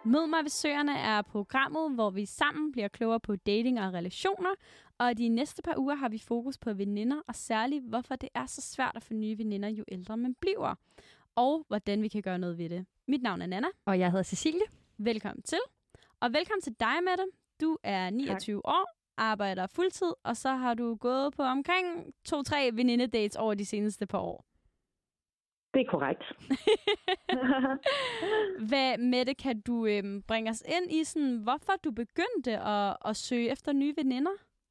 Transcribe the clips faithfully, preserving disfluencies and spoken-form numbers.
Mød mig ved Søerne er programmet, hvor vi sammen bliver klogere på dating og relationer. Og de næste par uger har vi fokus på veninder, og særligt hvorfor det er så svært at få nye veninder, jo ældre man bliver. Og hvordan vi kan gøre noget ved det. Mit navn er Nana. Og jeg hedder Cecilie. Velkommen til. Og velkommen til dig, Mette. Du er niogtyve tak. år, arbejder fuldtid, og så har du gået på omkring to-tre venindedates over de seneste par år. Det er korrekt. Hvad, Mette, kan du øhm, bringe os ind i, sådan, hvorfor du begyndte at, at søge efter nye veninder?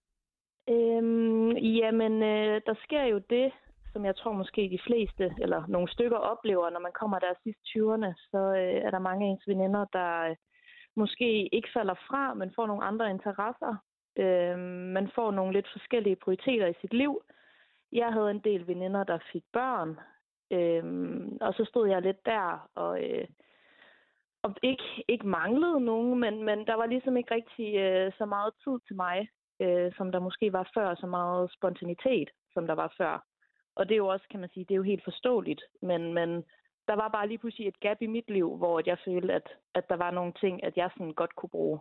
Øhm, jamen, øh, der sker jo det, som jeg tror måske de fleste, eller nogle stykker oplever, når man kommer der sidst tyverne, så øh, er der mange af ens veninder, der øh, måske ikke falder fra, men får nogle andre interesser. Øh, man får nogle lidt forskellige prioriteter i sit liv. Jeg havde en del veninder, der fik børn, øh, og så stod jeg lidt der og... Øh, og ikke, ikke manglede nogen, men, men der var ligesom ikke rigtig øh, så meget tid til mig, øh, som der måske var før, så meget spontanitet, som der var før. Og det er jo også, kan man sige, det er jo helt forståeligt, men, men der var bare lige pludselig et gap i mit liv, hvor jeg følte, at, at der var nogle ting, at jeg sådan godt kunne bruge.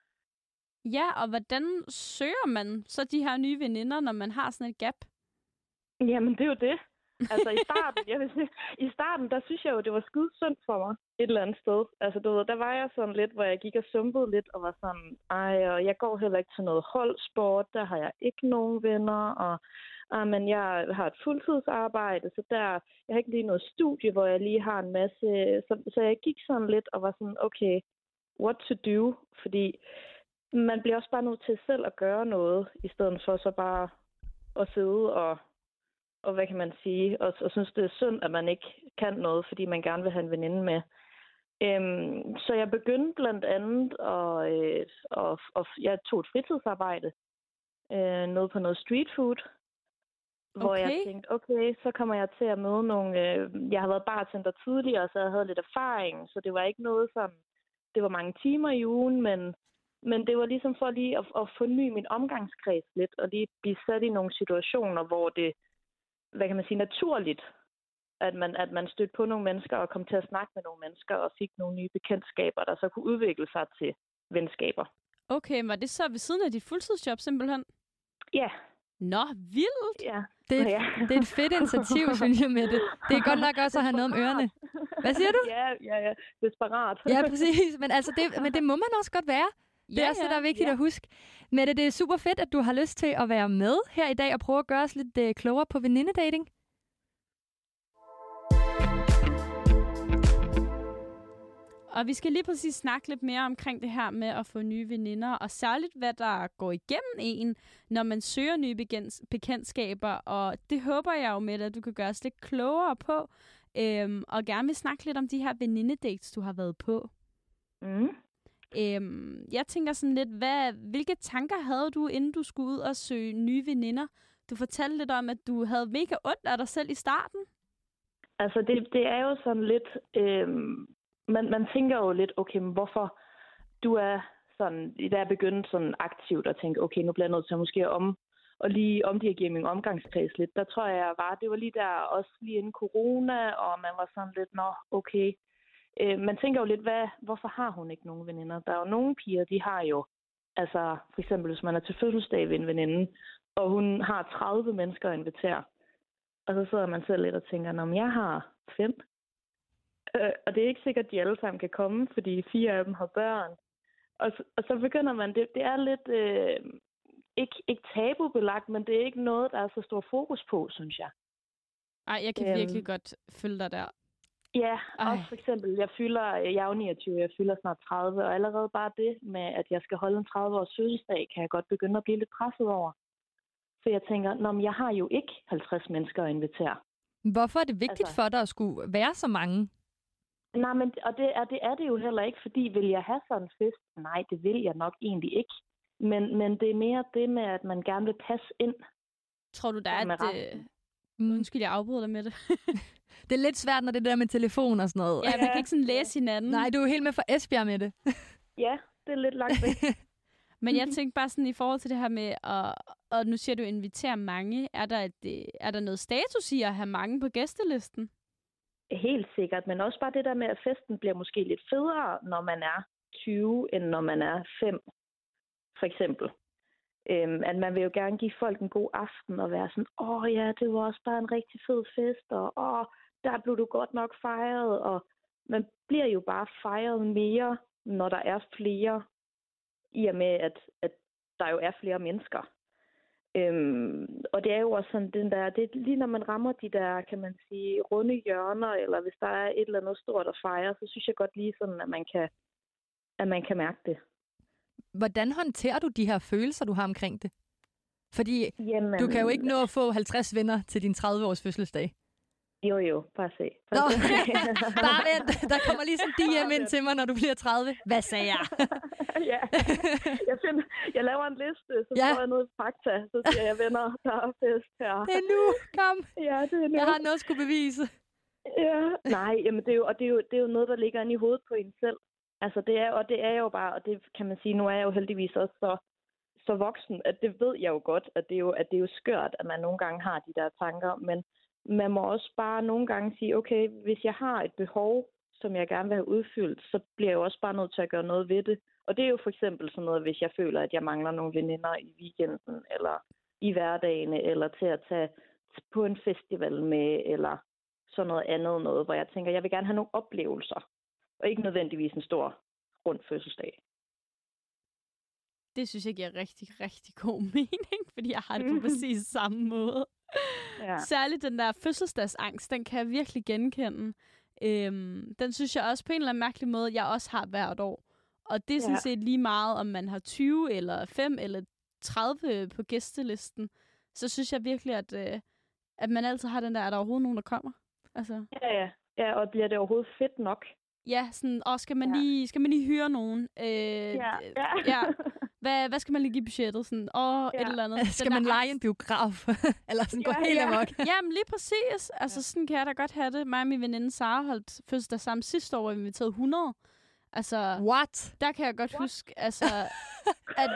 Ja, og hvordan søger man så de her nye veninder, når man har sådan et gap? Jamen, det er jo det. Altså i starten, jeg vil sige, i starten, der synes jeg jo, det var skide synd for mig et eller andet sted. Altså du ved, der var jeg sådan lidt, hvor jeg gik og sumpede lidt og var sådan, ej, og jeg går heller ikke til noget holdsport, der har jeg ikke nogen venner, og ah, men jeg har et fuldtidsarbejde, så der, jeg har ikke lige noget studie, hvor jeg lige har en masse, så, så jeg gik sådan lidt og var sådan, okay, what to do? Fordi man bliver også bare nødt til selv at gøre noget, i stedet for så bare at sidde og Og hvad kan man sige? Og, og synes, det er synd, at man ikke kan noget, fordi man gerne vil have en veninde med. Øhm, så jeg begyndte blandt andet, og, øh, og, og jeg tog et fritidsarbejde. Øh, noget på noget street food. Hvor Okay. jeg tænkte, okay, så kommer jeg til at møde nogle... Øh, jeg har været bartender tidligere, så jeg havde lidt erfaring. Så det var ikke noget sådan... Det var mange timer i ugen, men... Men det var ligesom for lige at, at forny min omgangskreds lidt, og lige blive sat i nogle situationer, hvor det... hvad kan man sige, naturligt, at man, at man stødte på nogle mennesker og kom til at snakke med nogle mennesker og fik nogle nye bekendtskaber, der så kunne udvikle sig til venskaber. Okay, var det så ved siden af dit fuldtidsjob simpelthen? Ja. Nå, vildt! Ja. Det er, ja. det er et fedt initiativ, synes jeg, med det. Det er godt nok også at have noget om ørerne. Hvad siger du? Ja, ja, ja. Desperat. Ja, præcis. Men, altså, det, men det må man også godt være. Det er Ja, også det, ja. der er vigtigt Ja. at huske. Mette, det er super fedt, at du har lyst til at være med her i dag og prøve at gøre os lidt øh, klogere på venindedating. Og vi skal lige præcis snakke lidt mere omkring det her med at få nye veninder, og særligt hvad der går igennem en, når man søger nye bekend- bekendtskaber. Og det håber jeg jo med, at du kan gøre os lidt klogere på, øhm, og gerne vil snakke lidt om de her venindedates, du har været på. Mm. Øhm, jeg tænker sådan lidt, hvad, hvilke tanker havde du, inden du skulle ud og søge nye veninder? Du fortalte lidt om, at du havde mega ondt af dig selv i starten. Altså, det, det er jo sådan lidt... Øhm, man, man tænker jo lidt, okay, men hvorfor du er sådan... Da jeg begyndte sådan aktivt at tænke, okay, nu bliver jeg nødt til at måske om... og lige omdirigere min omgangskreds lidt. Der tror jeg, jeg var... Det var lige der, også lige inden corona, og man var sådan lidt, nå, okay... Øh, man tænker jo lidt, hvad, hvorfor har hun ikke nogen veninder? Der er jo nogle piger, de har jo, altså for eksempel hvis man er til fødselsdag ved en veninde, og hun har tredive mennesker at invitere, og så sidder man selv lidt og tænker, nå, men jeg har fem. Øh, og det er ikke sikkert, at de alle sammen kan komme, fordi fire af dem har børn. Og så, og så begynder man, det, det er lidt, øh, ikke, ikke tabubelagt, men det er ikke noget, der er så stor fokus på, synes jeg. Ej, jeg kan Øhm. virkelig godt følge dig der. Ja, Ej. også for eksempel, jeg fylder, jeg er jo niogtyve, jeg fylder snart tredive, og allerede bare det med, at jeg skal holde en tredive-års fødselsdag, kan jeg godt begynde at blive lidt presset over. Så jeg tænker, nå, men jeg har jo ikke halvtreds mennesker at invitere. Hvorfor er det vigtigt Altså- for dig at skulle være så mange? Nej, men og det er, det er det jo heller ikke, fordi vil jeg have sådan en fest? Nej, det vil jeg nok egentlig ikke. Men, men det er mere det med, at man gerne vil passe ind. Tror du, der er Med et... Øh... resten. Mm. Undskyld, jeg afbryder dig med det. Det er lidt svært, når det er det der med telefon og sådan noget. Ja, man kan ikke sådan læse hinanden. Nej, du er jo helt med for Esbjerg med det. Ja, det er lidt langt væk. Men jeg tænkte bare sådan i forhold til det her med, at, og nu siger du invitere mange. Er der, et, er der noget status i at have mange på gæstelisten? Helt sikkert, men også bare det der med, at festen bliver måske lidt federe, når man er tyve, end når man er fem, for eksempel. Øhm, at man vil jo gerne give folk en god aften og være sådan, åh ja, det var også bare en rigtig fed fest, og åh, der blev du godt nok fejret, og man bliver jo bare fejret mere, når der er flere, i og med, at, at der jo er flere mennesker. Øhm, og det er jo også sådan, den der, det er lige når man rammer de der, kan man sige, runde hjørner, eller hvis der er et eller andet stort at fejre, så synes jeg godt lige sådan, at man kan, at man kan mærke det. Hvordan håndterer du de her følelser, du har omkring det? Fordi Jamen, du kan jo ikke nå at få halvtreds venner til din tredive-års fødselsdag. Jo, jo, bare se. Nå, bare vent. Der kommer lige sådan en D M ind til mig, når du bliver tredive. Hvad sagde jeg? Ja, jeg, finder, jeg laver en liste, så ja. får jeg noget fakta, så siger jeg, venner, der er fest her. Det er nu, kom. Ja, det er nu. Jeg har noget at skulle bevise. Ja, nej, jamen det er jo, og det er jo, det er jo noget, der ligger inde i hovedet på en selv. Altså det er, og det er jo bare, og det kan man sige, nu er jeg jo heldigvis også så, så voksen, at det ved jeg jo godt, at det er jo, at det er jo skørt, at man nogle gange har de der tanker, men man må også bare nogle gange sige, okay, hvis jeg har et behov, som jeg gerne vil have udfyldt, så bliver jeg jo også bare nødt til at gøre noget ved det. Og det er jo for eksempel sådan noget, hvis jeg føler, at jeg mangler nogle veninder i weekenden, eller i hverdagen, eller til at tage på en festival med, eller sådan noget andet noget, hvor jeg tænker, jeg vil gerne have nogle oplevelser, og ikke nødvendigvis en stor rund fødselsdag. Det synes jeg giver rigtig, rigtig god mening, fordi jeg har det på præcis samme måde. Ja. Særligt den der fødselsdagsangst, den kan jeg virkelig genkende. Øhm, den synes jeg også på en eller anden mærkelig måde, jeg også har hvert år. Og det er sådan ja. set lige meget, om man har tyve eller fem eller tredive på gæstelisten. Så synes jeg virkelig, at, øh, at man altid har den der, er der overhovedet nogen, der kommer? Altså. Ja, ja. Ja, og bliver det overhovedet fedt nok? Ja, sådan, og skal man, ja. lige, skal man lige hyre nogen? Øh, ja. ja. ja. Hvad, hvad skal man lige give budgettet? Sådan, åh, ja. et eller andet. Skal man lege en biograf? Eller sådan ja, gå helt ja. amok? Jamen, lige præcis. Altså, ja. sådan kan jeg da godt have det. Mig og min veninde Sara holdt fødselsdag sammen sidste år, hvor vi inviterede hundrede. Altså, What? Der kan jeg godt What? huske, altså, at...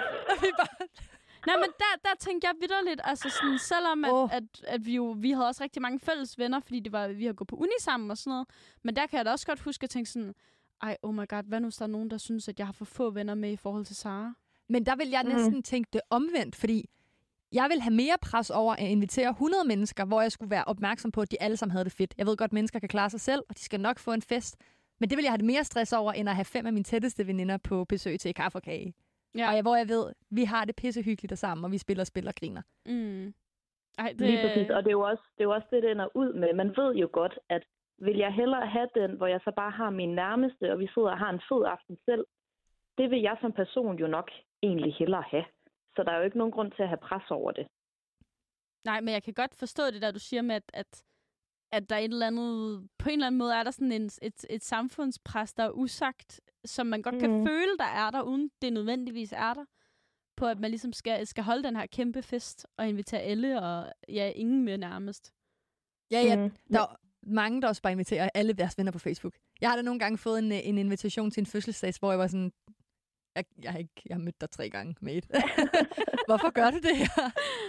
Nej, men der, der tænkte jeg vitterligt, altså sådan, selvom at, oh. at, at vi jo, vi havde også rigtig mange fælles venner, fordi det var, vi havde gået på uni sammen og sådan noget, men der kan jeg da også godt huske at tænke sådan, ej, oh my god, hvad nu hvis der er nogen, der synes, at jeg har for få venner med i forhold til Sara? Men der vil jeg næsten mm. tænke det omvendt, fordi jeg vil have mere pres over at invitere hundrede mennesker, hvor jeg skulle være opmærksom på, at de alle sammen havde det fedt. Jeg ved godt, at mennesker kan klare sig selv, og de skal nok få en fest, men det vil jeg have mere stress over, end at have fem af mine tætteste veninder på besøg til kaffe og kage. Ja. Og jeg, hvor jeg ved, vi har det pissehyggeligt sammen, og vi spiller, spiller og griner. Mm. Ej, det... Lige præcis, og det er jo også det, er jo også det, det ender ud med. Man ved jo godt, at vil jeg hellere have den, hvor jeg så bare har min nærmeste, og vi sidder og har en fed aften selv, det vil jeg som person jo nok egentlig hellere have. Så der er jo ikke nogen grund til at have pres over det. Nej, men jeg kan godt forstå det der, du siger med, at, at, at der er et eller andet, på en eller anden måde er der sådan en, et, et samfundspres, der er usagt, som man godt mm. kan føle, der er der, uden det nødvendigvis er der, på at man ligesom skal, skal holde den her kæmpe fest, og invitere alle, og ja, ingen mere nærmest. Ja, ja, mm. der er mange, der også bare inviterer alle deres venner på Facebook. Jeg har da nogle gange fået en, en invitation til en fødselsdag, hvor jeg var sådan, jeg, jeg, har, ikke, jeg har mødt dig tre gange, mate. Hvorfor gør du det her?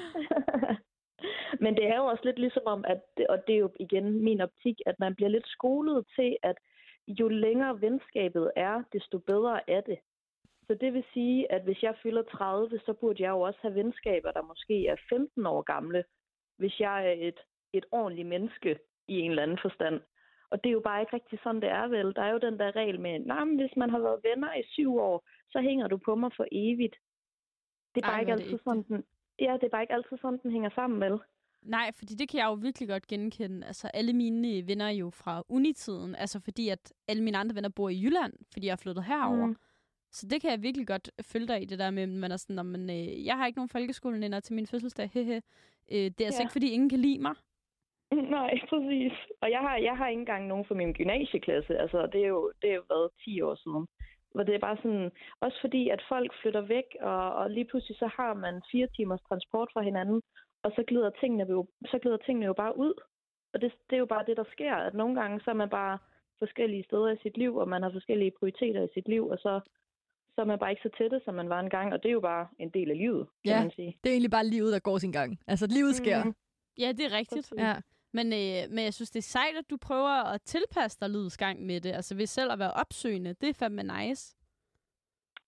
Men det er jo også lidt ligesom om, at det, og det er jo igen min optik, at man bliver lidt skolet til, at jo længere venskabet er, desto bedre er det. Så det vil sige, at hvis jeg fylder tredive, så burde jeg jo også have venskaber, der måske er femten år gamle, hvis jeg er et, et ordentligt menneske i en eller anden forstand. Og det er jo bare ikke rigtig sådan, det er vel. Der er jo den der regel med, nej, men hvis man har været venner i syv år, så hænger du på mig for evigt. Det er bare Ej, ikke altid ikke sådan, den, ja, det er bare ikke altid sådan, den hænger sammen, vel? Nej, fordi det kan jeg jo virkelig godt genkende. Altså, alle mine venner er jo fra unitiden, altså fordi at alle mine andre venner bor i Jylland, fordi jeg er flyttet herover. Mm. Så det kan jeg virkelig godt følge dig i, det der med, at man er sådan, men, øh, jeg har ikke nogen folkeskolenænder til min fødselsdag, hehe. Øh, det er altså ja. ikke, fordi ingen kan lide mig. Nej, præcis. Og jeg har, jeg har ikke engang nogen fra min gymnasieklasse. Altså, det er jo, det er jo været ti år siden. Hvor det er bare sådan, også fordi, at folk flytter væk, og, og lige pludselig så har man fire timers transport fra hinanden, og så glider tingene jo, så glider tingene jo bare ud. Og det, det er jo bare det, der sker, at nogle gange så er man bare forskellige steder i sit liv, og man har forskellige prioriteter i sit liv, og så, så er man bare ikke så tætte, som man var engang, og det er jo bare en del af livet, kan ja, man sige. Det er egentlig bare livet, der går sin gang. Altså, livet sker. Mm. Ja, det er rigtigt. Ja. Men, øh, men jeg synes, det er sejt, at du prøver at tilpasse dig livets gang med det. Altså ved selv at være opsøgende, det er fandme nice.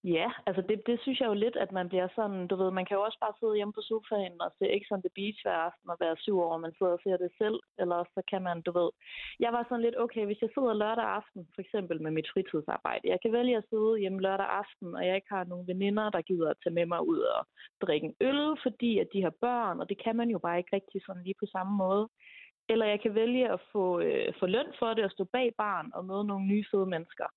Ja, altså det, det synes jeg jo lidt, at man bliver sådan, du ved, man kan jo også bare sidde hjemme på sofaen og se X on the Beach hver aften og være syv år, og man sidder og ser det selv, eller så kan man, du ved. Jeg var sådan lidt, okay, hvis jeg sidder lørdag aften, for eksempel med mit fritidsarbejde, jeg kan vælge at sidde hjemme lørdag aften, og jeg ikke har nogen veninder, der gider at tage med mig ud og drikke en øl, fordi at de har børn, og det kan man jo bare ikke rigtig sådan lige på samme måde. Eller jeg kan vælge at få, øh, få løn for det og stå bag barn og møde nogle nye fede mennesker.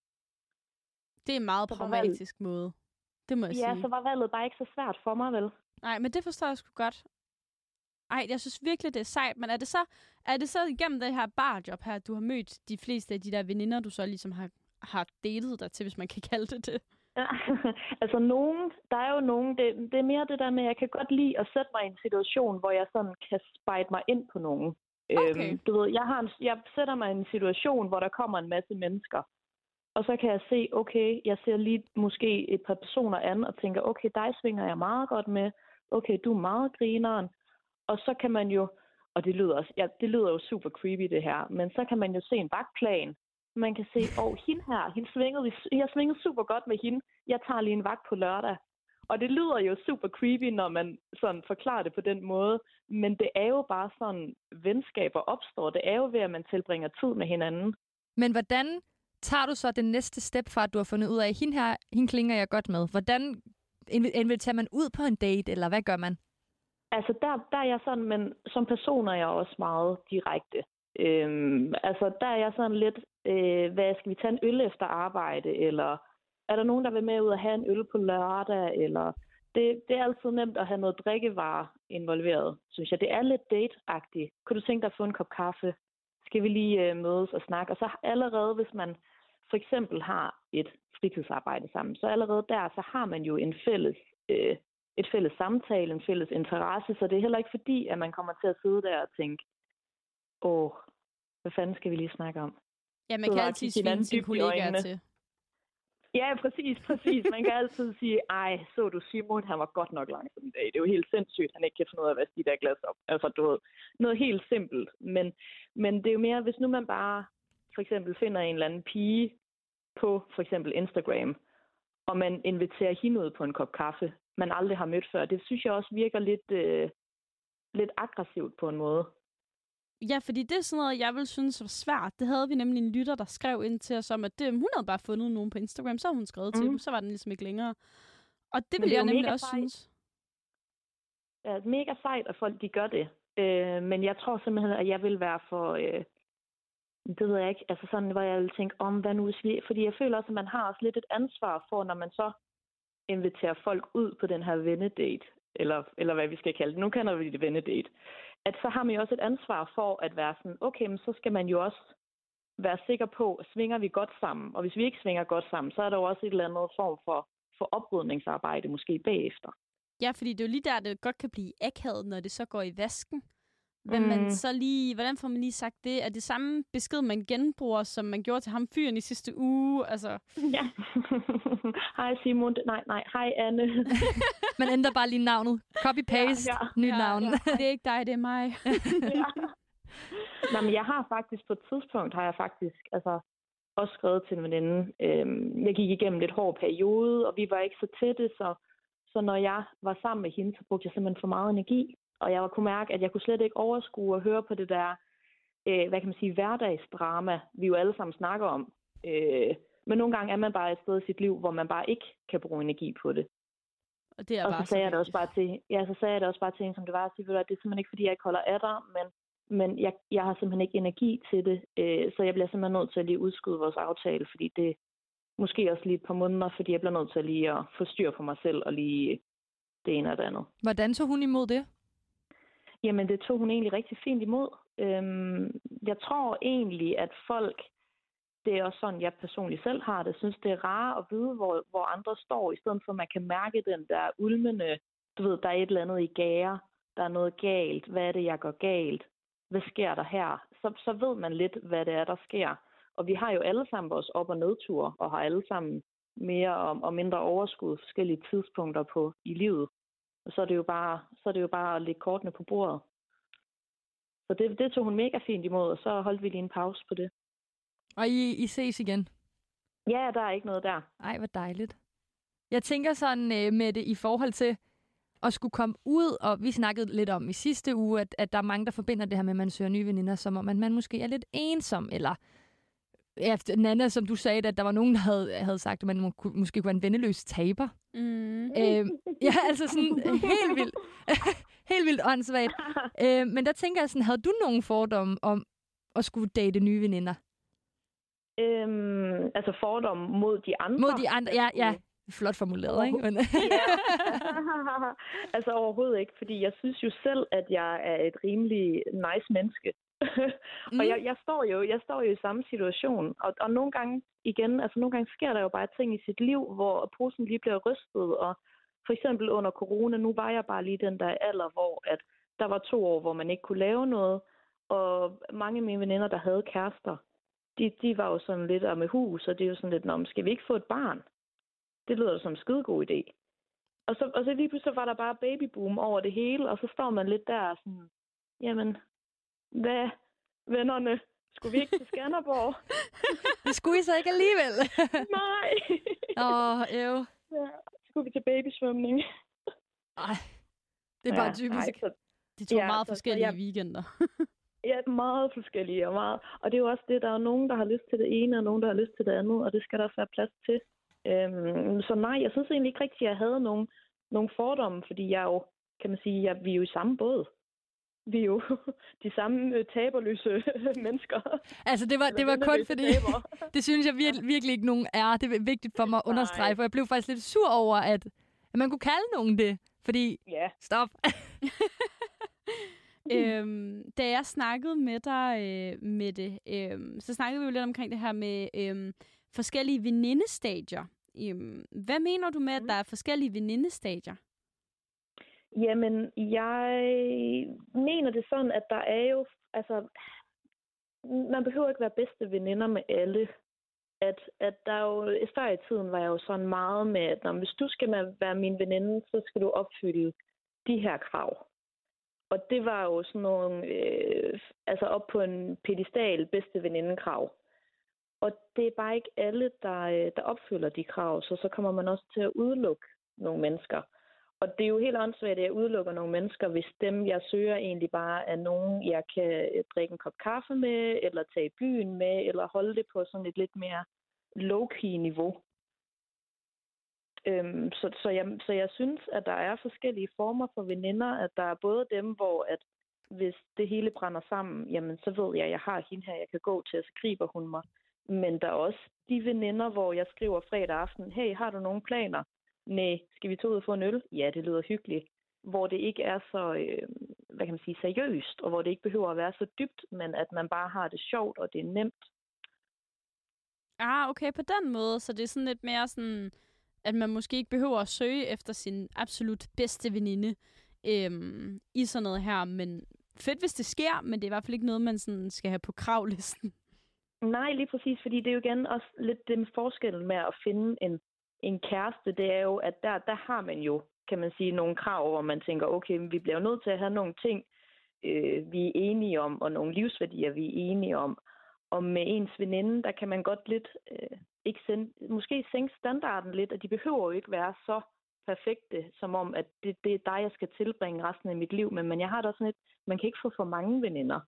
Det er en meget pragmatisk valg... måde. Det må jeg ja, sige. Ja, så var valget bare ikke så svært for mig, vel? Nej, men det forstår jeg sgu godt. Ej, jeg synes virkelig, det er sejt. Men er det så, er det så igennem det her barjob her, at du har mødt de fleste af de der veninder, du så ligesom har, har datet dig til, hvis man kan kalde det det? Ja, altså nogen, der er jo nogen, det, det er mere det der med, at jeg kan godt lide at sætte mig i en situation, hvor jeg sådan kan spejde mig ind på nogen. Okay. Øhm, du ved, jeg, har en, jeg sætter mig i en situation, hvor der kommer en masse mennesker. Og så kan jeg se, okay, jeg ser lige måske et par personer an og tænker, okay, dig svinger jeg meget godt med. Okay, du er meget grineren. Og så kan man jo, og det lyder, også, ja, det lyder jo super creepy det her, men så kan man jo se en vagtplan. Man kan se, åh, oh, hende her, hende svingede, jeg svingede super godt med hende. Jeg tager lige en vagt på lørdag. Og det lyder jo super creepy, når man sådan forklarer det på den måde. Men det er jo bare sådan, venskaber opstår. Det er jo ved, at man tilbringer tid med hinanden. Men hvordan tager du så det næste step fra, at du har fundet ud af, at hende her, hende klinger jeg godt med? Hvordan inviterer man ud på en date, eller hvad gør man? Altså, der, der er jeg sådan, men som person er jeg også meget direkte. Øhm, altså, der er jeg sådan lidt, øh, hvad skal vi tage en øl efter arbejde, eller er der nogen, der vil med ud og have en øl på lørdag, eller det, det er altid nemt at have noget drikkevarer involveret, synes jeg. Det er lidt date-agtigt. Kunne du tænke dig at få en kop kaffe? Skal vi lige øh, mødes og snakke? Og så allerede, hvis man for eksempel har et fritidsarbejde sammen, så allerede der, så har man jo en fælles, øh, et fælles samtale, en fælles interesse, så det er heller ikke fordi, at man kommer til at sidde der og tænke, åh, hvad fanden skal vi lige snakke om? Ja, man kan altid svine sine kollegaer til. Ja, præcis, præcis. Man kan altid sige, ej, så du Simon, han var godt nok langsom i dag. Det er jo helt sindssygt, han ikke kan finde ud af at vaske de der glas op. Altså, du ved, noget helt simpelt. Men, men det er jo mere, hvis nu man bare for eksempel finder en eller anden pige på for eksempel Instagram, og man inviterer hende ud på en kop kaffe, man aldrig har mødt før. Det synes jeg også virker lidt, øh, lidt aggressivt på en måde. Ja, fordi det er sådan noget, jeg ville synes var svært. Det havde vi nemlig en lytter, der skrev ind til os om, at det, hun havde bare fundet nogen på Instagram, så havde hun skrevet mm. til dem, så var den ligesom ikke længere. Og det ville jeg nemlig også sejt. synes. Ja, det er mega sejt, at folk de gør det. Øh, men jeg tror simpelthen, at jeg vil være for, øh, det ved jeg ikke, altså sådan, hvor jeg vil tænke om, hvad nu hvis vi, fordi jeg føler også, at man har også lidt et ansvar for, når man så inviterer folk ud på den her vennedate, eller, eller hvad vi skal kalde det. Nu kalder vi det vennedate. At så har man jo også et ansvar for at være sådan, okay, men så skal man jo også være sikker på, at svinger vi godt sammen. Og hvis vi ikke svinger godt sammen, så er der jo også et eller andet form for, for oprydningsarbejde, måske bagefter. Ja, fordi det er jo lige der, det godt kan blive akavet, når det så går i vasken. Hvad mm. man så lige, hvordan får man lige sagt det? Er det samme besked, man genbruger, som man gjorde til ham fyren i sidste uge? Altså... Ja. Hej Simon. Nej, nej. Hej Anne. Man ændrer bare lige navnet. Copy-paste. Ja, ja. Nyt ja, navn. Ja. Det er ikke dig, det er mig. Ja. Nå, men jeg har faktisk på et tidspunkt, har jeg faktisk altså, også skrevet til en veninde. Øhm, jeg gik igennem lidt hård periode, og vi var ikke så tætte, så, så når jeg var sammen med hende, så brugte jeg simpelthen for meget energi. Og jeg kunne mærke, at jeg kunne slet ikke overskue og høre på det der, øh, hvad kan man sige, hverdagsdrama, vi jo alle sammen snakker om. Øh, men nogle gange er man bare et sted i sit liv, hvor man bare ikke kan bruge energi på det. Og, det er og bare så sagde jeg det også bare til, ja, så sagde jeg det også bare til hende, som det var at sige, det er simpelthen ikke fordi jeg ikke holder af dig, men men jeg, jeg har simpelthen ikke energi til det, øh, så jeg bliver simpelthen nødt til at lige udskyde vores aftale, fordi det måske også lige et par måneder, fordi jeg bliver nødt til at lige at få styr på mig selv og lige det ene og det andet. Hvordan tog hun imod det? Jamen, det tog hun egentlig rigtig fint imod. Øhm, jeg tror egentlig, at folk, det er også sådan, jeg personligt selv har det, synes, det er rart at vide, hvor, hvor andre står, i stedet for, at man kan mærke den der ulmende, du ved, der er et eller andet i gære, der er noget galt, hvad er det, jeg gør galt, hvad sker der her? Så, så ved man lidt, hvad det er, der sker. Og vi har jo alle sammen vores op- og nedture, og har alle sammen mere og, og mindre overskud forskellige tidspunkter på i livet. Og så er det jo bare, så er det jo bare at lægge kortene på bordet. Så det, det tog hun mega fint imod, og så holdt vi lige en pause på det. Og I, I ses igen? Ja, der er ikke noget der. Ej, hvor dejligt. Jeg tænker sådan øh, med det i forhold til at skulle komme ud, og vi snakkede lidt om i sidste uge, at, at der er mange, der forbinder det her med, at man søger nye veninder, som om at man måske er lidt ensom, eller ja, Nana, som du sagde, at der var nogen, der havde, havde sagt, at man må, måske kunne være en venneløs taber. Mm. Øh, ja, altså sådan helt vildt, helt vildt åndssvagt. Øh, men der tænker jeg sådan, havde du nogen fordomme om at skulle date nye veninder? Øhm, altså fordomme mod de andre? Mod de andre, ja, ja. Flot formuleret, ikke? Men... ja. Altså overhovedet ikke, fordi jeg synes jo selv, at jeg er et rimelig nice menneske. mm. Og jeg, jeg, står jo, jeg står jo i samme situation, og, og nogle gange igen, altså nogle gange sker der jo bare ting i sit liv, hvor posen lige bliver rystet, og for eksempel under corona, nu var jeg bare lige den der alder, hvor at der var to år, hvor man ikke kunne lave noget, og mange af mine veninder, der havde kærester, de, de var jo sådan lidt om med hus, og det er jo sådan lidt, nå, skal vi ikke få et barn? Det lyder da som en skidegod idé. Og så, og så lige pludselig var der bare babyboom over det hele, og så står man lidt der sådan, jamen, hvad, vennerne, skulle vi ikke til Skanderborg? Det skulle I så ikke alligevel. Nej. Åh, øv. Ja, skulle vi til babysvømning. Nej, det er bare ja, typisk. Nej, så, de to ja, meget så, forskellige så, ja, weekender. Ja, meget forskellige og meget. Og det er jo også det, der er nogen, der har lyst til det ene, og nogen, der har lyst til det andet, og det skal der også være plads til. Øhm, så nej, jeg synes egentlig ikke rigtigt, at jeg havde nogen, nogen fordomme, fordi jeg jo, kan man sige, jeg, vi er jo i samme båd. Vi er jo de samme taberløse mennesker. Altså, det var, det var kun fordi, det synes jeg virkelig, virkelig ikke nogen er. Det er vigtigt for mig at understrege, for jeg blev faktisk lidt sur over, at, at man kunne kalde nogen det. Fordi, ja. Stop. øhm, da jeg snakkede med dig, øh, Mette, øh, så snakkede vi jo lidt omkring det her med øh, forskellige venindestadier. Øh, hvad mener du med, at der er forskellige venindestadier? Jamen, jeg mener det sådan, at der er jo, altså, man behøver ikke være bedste veninder med alle. At, at der jo, før i tiden var jeg jo sådan meget med, at når, hvis du skal være min veninde, så skal du opfylde de her krav. Og det var jo sådan nogle, øh, altså op på en pedestal bedste venindekrav. Og det er bare ikke alle, der, der opfylder de krav, så så kommer man også til at udelukke nogle mennesker. Og det er jo helt åndssvagt, at jeg udelukker nogle mennesker, hvis dem, jeg søger, egentlig bare er nogen, jeg kan drikke en kop kaffe med, eller tage i byen med, eller holde det på sådan et lidt mere low-key niveau. Øhm, så, så, jeg, så jeg synes, at der er forskellige former for veninder, at der er både dem, hvor at hvis det hele brænder sammen, jamen så ved jeg, at jeg har hende her, jeg kan gå til, og så griber hun mig. Men der er også de veninder, hvor jeg skriver fredag aften, hey, har du nogle planer? Nej, skal vi tage ud og få en øl? Ja, det lyder hyggeligt. Hvor det ikke er så, øh, hvad kan man sige, seriøst, og hvor det ikke behøver at være så dybt, men at man bare har det sjovt, og det er nemt. Ah, okay, på den måde. Så det er sådan lidt mere sådan, at man måske ikke behøver at søge efter sin absolut bedste veninde øhm, i sådan noget her. Men fedt, hvis det sker, men det er i hvert fald ikke noget, man sådan skal have på kravlisten. Nej, lige præcis, fordi det er jo igen også lidt det med forskellen med at finde en En kæreste, det er jo, at der, der har man jo, kan man sige, nogle krav, hvor man tænker, okay, vi bliver nødt til at have nogle ting, øh, vi er enige om, og nogle livsværdier, vi er enige om. Og med ens veninde, der kan man godt lidt, øh, ikke sende, måske sænke standarden lidt, og de behøver jo ikke være så perfekte, som om, at det, det er dig, jeg skal tilbringe resten af mit liv. Men, men jeg har da sådan lidt, man kan ikke få for mange veninder.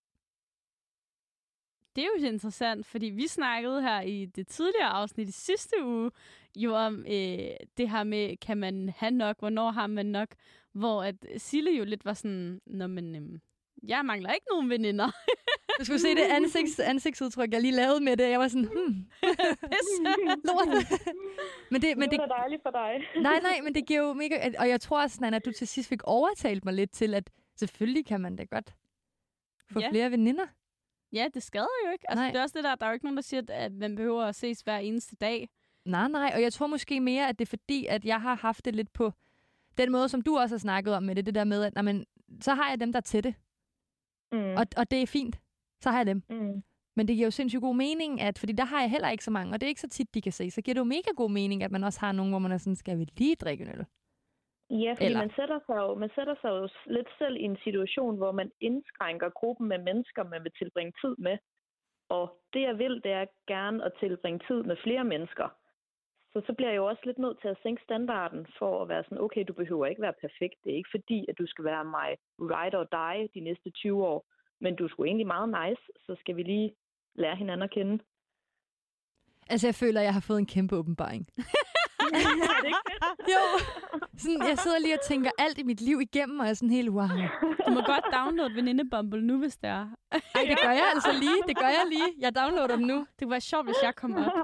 Det er jo interessant, fordi vi snakkede her i det tidligere afsnit i sidste uge, jo om øh, det her med, kan man have nok, hvornår har man nok, hvor at Sille jo lidt var sådan, nå men, øh, jeg mangler ikke nogen veninder. Du skulle se det ansigts, ansigtsudtryk, jeg lige lavede med det, jeg var sådan, hmm, lort. Men det, men det, det er dejligt for dig. nej, nej, men det giver jo mega, og jeg tror også, Nana, at du til sidst fik overtalt mig lidt til, at selvfølgelig kan man da godt få ja. flere veninder. Ja, det skader jo ikke. Altså, det er også det der, der er jo ikke nogen, der siger, at man behøver at ses hver eneste dag. Nej, nej, og jeg tror måske mere, at det er fordi, at jeg har haft det lidt på den måde, som du også har snakket om med det, det der med, at nej, men, så har jeg dem, der er tætte. Mm. Og, og det er fint. Så har jeg dem. Mm. Men det giver jo sindssygt god mening, at, fordi der har jeg heller ikke så mange, og det er ikke så tit, de kan se. Så giver det jo mega god mening, at man også har nogen, hvor man er sådan, skal vi lige drikke en øl? Ja, fordi man sætter, sig jo, man sætter sig jo lidt selv i en situation, hvor man indskrænker gruppen med mennesker, man vil tilbringe tid med. Og det, jeg vil, det er gerne at tilbringe tid med flere mennesker. Så så bliver jeg jo også lidt nødt til at sænke standarden for at være sådan, okay, du behøver ikke være perfekt. Det er ikke fordi, at du skal være my ride or die de næste tyve år, men du er sgu egentlig meget nice, så skal vi lige lære hinanden at kende. Altså, jeg føler, at jeg har fået en kæmpe åbenbaring. Er det ikke fedt? Jo. Sådan, jeg sidder lige og tænker alt i mit liv igennem, og jeg er sådan helt, wow. Du må godt downloade venindebumble nu, hvis det er. Ej, det gør jeg altså lige. Det gør jeg lige. Jeg downloader dem nu. Det kunne være sjovt, hvis jeg kom op.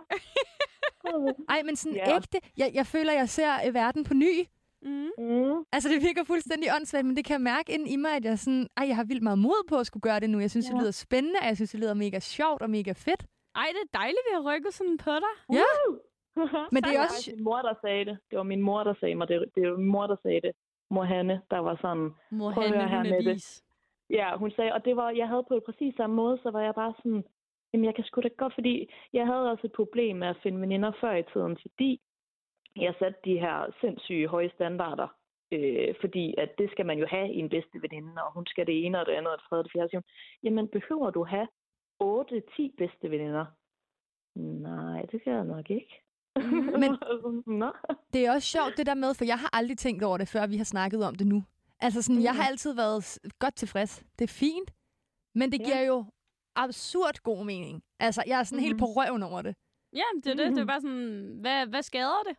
Ej, men sådan Ja. ægte. Jeg, jeg føler, jeg ser øh, verden på ny. Mm. Mm. Altså, det virker fuldstændig åndssvagt, men det kan jeg mærke inden i mig, at jeg sådan, ej, jeg har vildt meget mod på at skulle gøre det nu. Jeg synes, ja. det lyder spændende, og jeg synes, det lyder mega sjovt og mega fedt. Ej, det er dejligt, vi har rykket sådan på dig. Ja. Men det er var også... faktisk min mor, der sagde det. Det var min mor, der sagde mig det. Det var min mor, der sagde det. Mor Hanne, der var sådan... Mor Prøv at Hanne, høre her hun er med det. vis. Ja, hun sagde, og det var, jeg havde på præcis samme måde, så var jeg bare sådan, jamen jeg kan sgu da godt, fordi jeg havde også et problem med at finde veninder før i tiden, fordi jeg satte de her sindssyge høje standarder, øh, fordi at det skal man jo have i en bedste veninde, og hun skal det ene og det andet og det tredje og det fjerde. Jamen behøver du have otte ti bedste veninder? Nej, det kan jeg nok ikke. Men Nå. det er også sjovt det der med, for jeg har aldrig tænkt over det, før vi har snakket om det nu. Altså sådan, mm. jeg har altid været s- godt tilfreds. Det er fint, men det Ja. giver jo absurd god mening. Altså, jeg er sådan mm. helt på røven over det. Ja, det er det. Det er bare sådan, hvad, hvad skader det?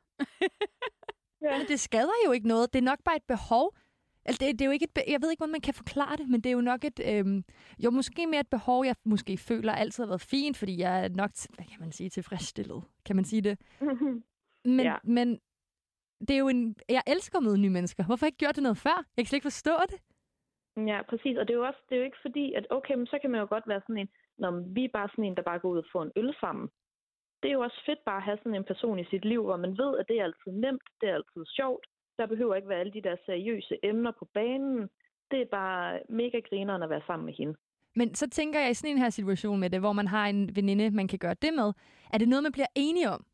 Ja. Men det skader jo ikke noget. Det er nok bare et behov. Altså, det, det er jo ikke et be- jeg ved ikke, hvordan man kan forklare det, men det er jo nok et... Øhm, jo, måske mere et behov, jeg måske føler altid har været fint, fordi jeg er nok, t- hvad kan man sige, tilfredsstillet. Kan man sige det? Men, Ja. men det er jo en... Jeg elsker at møde nye mennesker. Hvorfor ikke gjort det noget før? Jeg kan slet ikke forstå det. Ja, præcis. Og det er jo også det er jo ikke fordi, at okay, men så kan man jo godt være sådan en, når vi er bare sådan en, der bare går ud og får en øl sammen. Det er jo også fedt bare at have sådan en person i sit liv, hvor man ved, at det er altid nemt, det er altid sjovt. Der behøver ikke være alle de der seriøse emner på banen. Det er bare mega grineren at være sammen med hende. Men så tænker jeg i sådan en her situation med det, hvor man har en veninde, man kan gøre det med. Er det noget, man bliver enige om?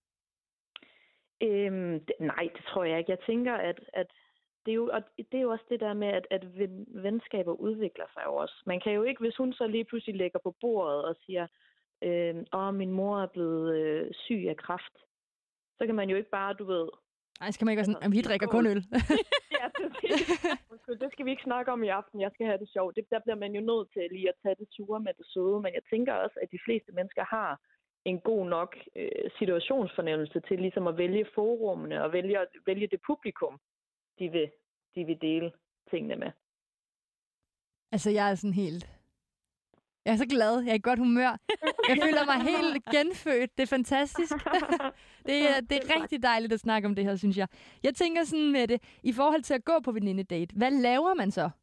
Øhm, det, nej, det tror jeg ikke. Jeg tænker, at, at det, er jo, og det er jo også det der med, at, at ven, venskaber udvikler sig jo også. Man kan jo ikke, hvis hun så lige pludselig lægger på bordet og siger, øh, åh, min mor er blevet øh, syg af kræft, så kan man jo ikke bare, du ved... Nej, skal man ikke være sådan, vi drikker kun øl. Ja, det, det skal vi ikke snakke om i aften. Jeg skal have det sjovt. Det, der bliver man jo nødt til lige at tage det ture med det søde. Men jeg tænker også, at de fleste mennesker har en god nok øh, situationsfornemmelse til ligesom at vælge forummene og vælge, vælge det publikum, de vil, de vil dele tingene med. Altså, jeg er sådan helt... Jeg er så glad. Jeg er i godt humør. Jeg føler mig helt genfødt. Det er fantastisk. det, er, det er rigtig dejligt at snakke om det her, synes jeg. Jeg tænker sådan med det, i forhold til at gå på venindedate, hvad laver man så?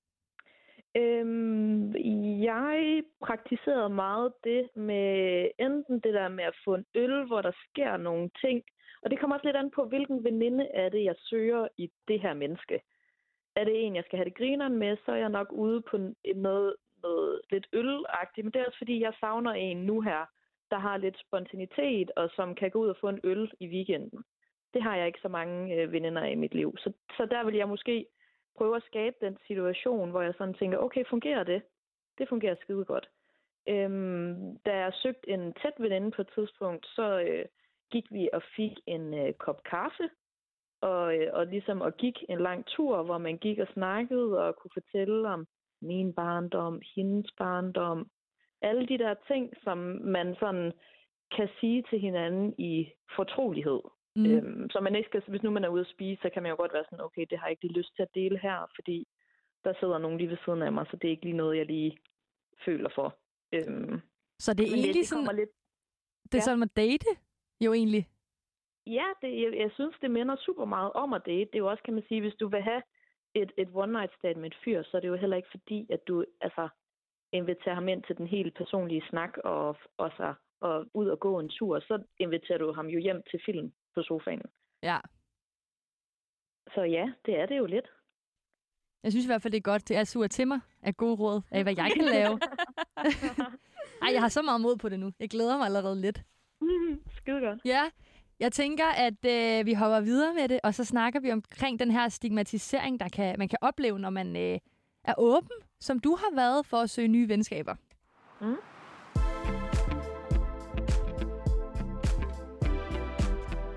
Øhm, jeg praktiserede meget det med enten det der med at få en øl, hvor der sker nogle ting. Og det kommer også lidt an på, hvilken veninde er det, jeg søger i det her menneske. Er det en, jeg skal have det grineren med, så er jeg nok ude på noget, noget lidt ølagtigt. Men det er også fordi, jeg savner en nu her, der har lidt spontanitet, og som kan gå ud og få en øl i weekenden. Det har jeg ikke så mange øh, veninder i mit liv. Så, så der vil jeg måske prøve at skabe den situation, hvor jeg sådan tænker, okay, fungerer det? Det fungerer skide godt. Øhm, da jeg søgte en tæt veninde på et tidspunkt, så øh, gik vi og fik en øh, kop kaffe, og, øh, og ligesom og gik en lang tur, hvor man gik og snakkede og kunne fortælle om min barndom, hendes barndom, alle de der ting, som man sådan kan sige til hinanden i fortrolighed. Mm. Øhm, så man ikke skal, hvis nu man er ude at spise, så kan man jo godt være sådan, okay, det har jeg ikke lige lyst til at dele her, fordi der sidder nogen lige ved siden af mig, så det er ikke lige noget, jeg lige føler for. Øhm, så det er egentlig det, det sådan, lidt, det er ja. sådan at date, jo egentlig? Ja, det, jeg, jeg synes, det minder super meget om at date. Det er jo også, kan man sige, hvis du vil have et, et one-night stand med en fyr, så er det jo heller ikke fordi, at du altså inviterer ham ind til den helt personlige snak og, og, så, og ud og gå en tur, så inviterer du ham jo hjem til film på sofaen. Ja. Så ja, det er det jo lidt. Jeg synes i hvert fald, det er godt. Det er suger til mig af gode råd af, hvad jeg kan lave. Ej, jeg har så meget mod på det nu. Jeg glæder mig allerede lidt. Skide godt. Ja, jeg tænker, at øh, vi hopper videre med det, og så snakker vi omkring den her stigmatisering, der kan, man kan opleve, når man øh, er åben, som du har været for at søge nye venskaber. Mm.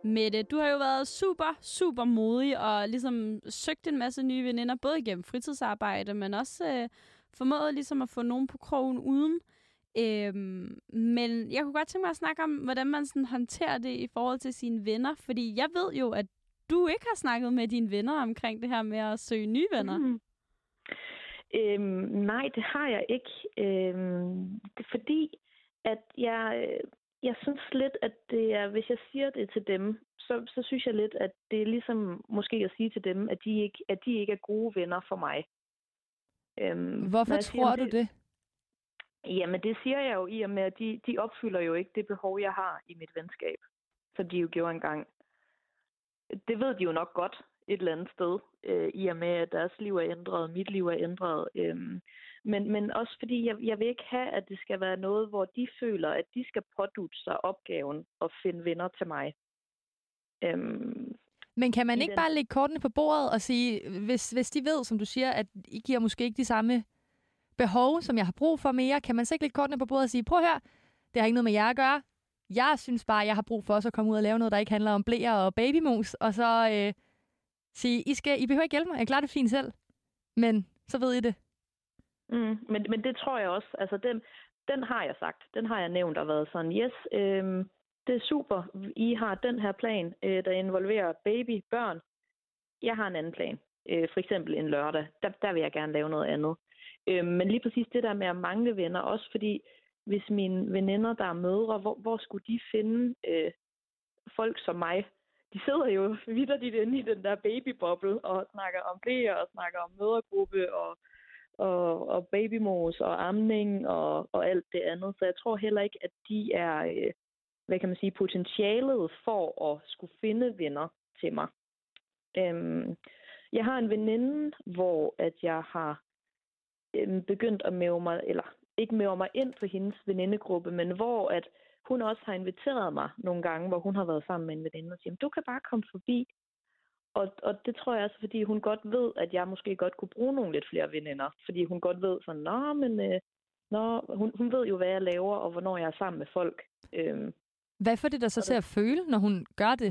Mette, du har jo været super, super modig og ligesom søgt en masse nye veninder, både igennem fritidsarbejde, men også øh, formået ligesom at få nogen på krogen uden. Øhm, men jeg kunne godt tænke mig at snakke om, hvordan man sådan håndterer det i forhold til sine venner, fordi jeg ved jo, at du ikke har snakket med dine venner omkring det her med at søge nye venner. Mm. Øhm, nej, det har jeg ikke. Øhm, det er fordi, at jeg, jeg synes lidt, at det er, hvis jeg siger det til dem, så, så synes jeg lidt, at det er ligesom måske at sige til dem, at de ikke, at de ikke er gode venner for mig. Øhm, Hvorfor tror siger, du det? det? Jamen, det siger jeg jo i og med, at de, de opfylder jo ikke det behov, jeg har i mit venskab, som de jo gjorde engang. Det ved de jo nok godt et eller andet sted, øh, i og med, at deres liv er ændret, mit liv er ændret. Øh, men, men også fordi, jeg, jeg vil ikke have, at det skal være noget, hvor de føler, at de skal pådutte sig opgaven og finde venner til mig. Øh, men kan man ikke den... bare lægge kortene på bordet og sige, hvis, hvis de ved, som du siger, at I giver måske ikke de samme behov, som jeg har brug for mere, kan man så ikke lægge kortene på bordet og sige, prøv her, det har ikke noget med jer at gøre. Jeg synes bare, at jeg har brug for også at komme ud og lave noget, der ikke handler om blæer og babymos, og så øh, sige, I, skal, I behøver ikke hjælpe mig, jeg klarer det fint selv. Men så ved I det. Mm, men, men det tror jeg også. Altså, den, den har jeg sagt. Den har jeg nævnt og været sådan, yes, øh, det er super. I har den her plan, øh, der involverer baby, børn. Jeg har en anden plan. Øh, for eksempel en lørdag. Der, der vil jeg gerne lave noget andet. Øh, men lige præcis det der med at mangle venner, også fordi hvis mine veninder, der er mødre, hvor, hvor skulle de finde øh, folk som mig? De sidder jo vitterligt inde i den der babyboble og snakker om blæer og snakker om mødregruppe og, og, og babymos og amning og, og alt det andet. Så jeg tror heller ikke, at de er, øh, hvad kan man sige, potentialet for at skulle finde venner til mig. Øhm, jeg har en veninde, hvor at jeg har øh, begyndt at mæve mig, eller ikke møder mig ind på hendes venindegruppe, men hvor at hun også har inviteret mig nogle gange, hvor hun har været sammen med en veninde og siger, du kan bare komme forbi. Og, og det tror jeg også, fordi hun godt ved, at jeg måske godt kunne bruge nogle lidt flere veninder. Fordi hun godt ved sådan, nå, men øh, nå, hun, hun ved jo, hvad jeg laver, og hvornår jeg er sammen med folk. Øhm, hvad får det der så til at føle, når hun gør det?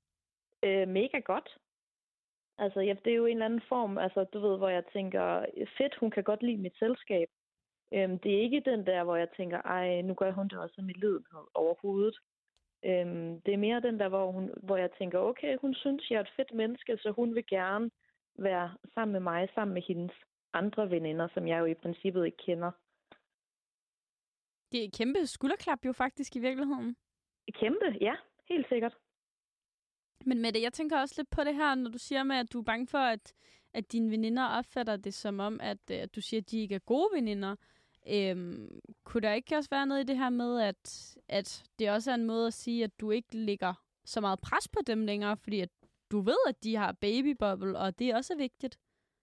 Øh, mega godt. Altså, ja, det er jo en eller anden form, altså, du ved, hvor jeg tænker, fedt, hun kan godt lide mit selskab. Øhm, det er ikke den der, hvor jeg tænker, ej, nu gør hun det også med lidenhed overhovedet. Øhm, det er mere den der, hvor, hun, hvor jeg tænker, okay, hun synes, jeg er et fedt menneske, så hun vil gerne være sammen med mig, sammen med hendes andre veninder, som jeg jo i princippet ikke kender. Det er et kæmpe skulderklap jo faktisk i virkeligheden. Kæmpe, ja, helt sikkert. Men Mette, jeg tænker også lidt på det her, når du siger med, at du er bange for, at, at dine veninder opfatter det som om, at, at du siger, at de ikke er gode veninder. Øhm, kunne der ikke også være noget i det her med, at, at det også er en måde at sige, at du ikke lægger så meget pres på dem længere, fordi at du ved, at de har babybubble, og det er også vigtigt?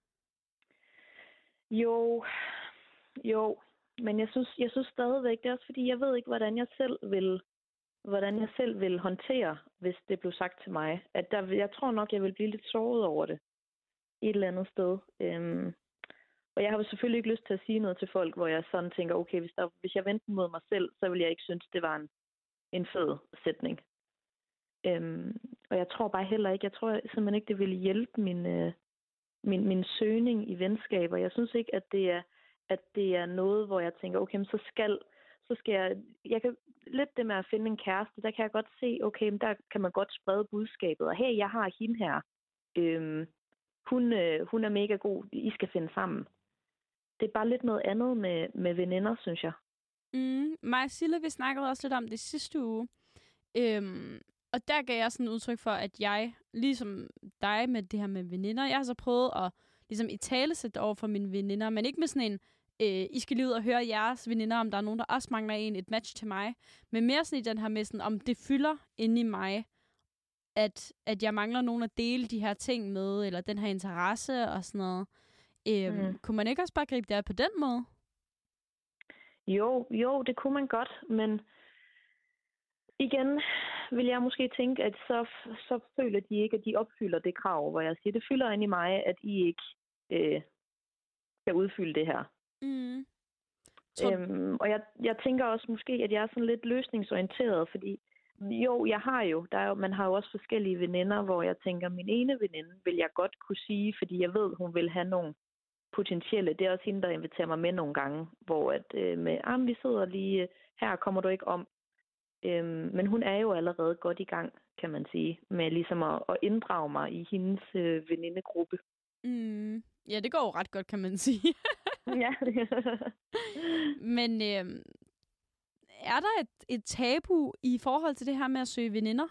Jo, jo, men jeg synes, jeg synes stadigvæk, det er også fordi, jeg ved ikke, hvordan jeg selv vil, hvordan jeg selv vil håndtere, hvis det blev sagt til mig. At der, jeg tror nok, jeg vil blive lidt såret over det et eller andet sted. Øhm, Og jeg har jo selvfølgelig ikke lyst til at sige noget til folk, hvor jeg sådan tænker, okay, hvis, der, hvis jeg vendte mod mig selv, så ville jeg ikke synes, det var en, en fed sætning. Øhm, og jeg tror bare heller ikke, jeg tror simpelthen ikke, det ville hjælpe min, øh, min, min søgning i venskaber. Jeg synes ikke, at det er, at det er noget, hvor jeg tænker, okay, men så skal, så skal jeg, jeg kan, lidt det med at finde en kæreste, der kan jeg godt se, okay, men der kan man godt sprede budskabet, og hey, jeg har hende her. Øhm, hun, øh, hun er mega god, I skal finde sammen. Det er bare lidt noget andet med, med veninder, synes jeg. Mm, mig og Sille, vi snakkede også lidt om det sidste uge. Øhm, og der gav jeg sådan et udtryk for, at jeg, ligesom dig med det her med veninder, jeg har så prøvet at ligesom italesætte over for mine veninder, men ikke med sådan en, øh, I skal lige ud og høre jeres veninder, om der er nogen, der også mangler en, et match til mig. Men mere sådan i den her med sådan, om det fylder inde i mig, at, at jeg mangler nogen at dele de her ting med, eller den her interesse og sådan noget. Øhm, mm. Kunne man ikke også bare gribe det af på den måde? Jo, jo, det kunne man godt, men igen vil jeg måske tænke, at så, så føler de ikke, at de opfylder det krav, hvor jeg siger, det fylder ind i mig, at I ikke øh, skal udfylde det her. Mm. Øhm, og jeg, jeg tænker også måske, at jeg er sådan lidt løsningsorienteret, fordi Jo, jeg har jo. Der er jo. Man har jo også forskellige veninder, hvor jeg tænker, min ene veninde vil jeg godt kunne sige, fordi jeg ved, hun vil have nogle potentielle. Det er også hende, der inviterer mig med nogle gange, hvor at, øh, med, ah, vi sidder lige her, kommer du ikke om. Øhm, men hun er jo allerede godt i gang, kan man sige, med ligesom at, at inddrage mig i hendes øh, venindegruppe. Mm. Ja, det går jo ret godt, kan man sige. Ja. Men øh, er der et, et tabu i forhold til det her med at søge veninder?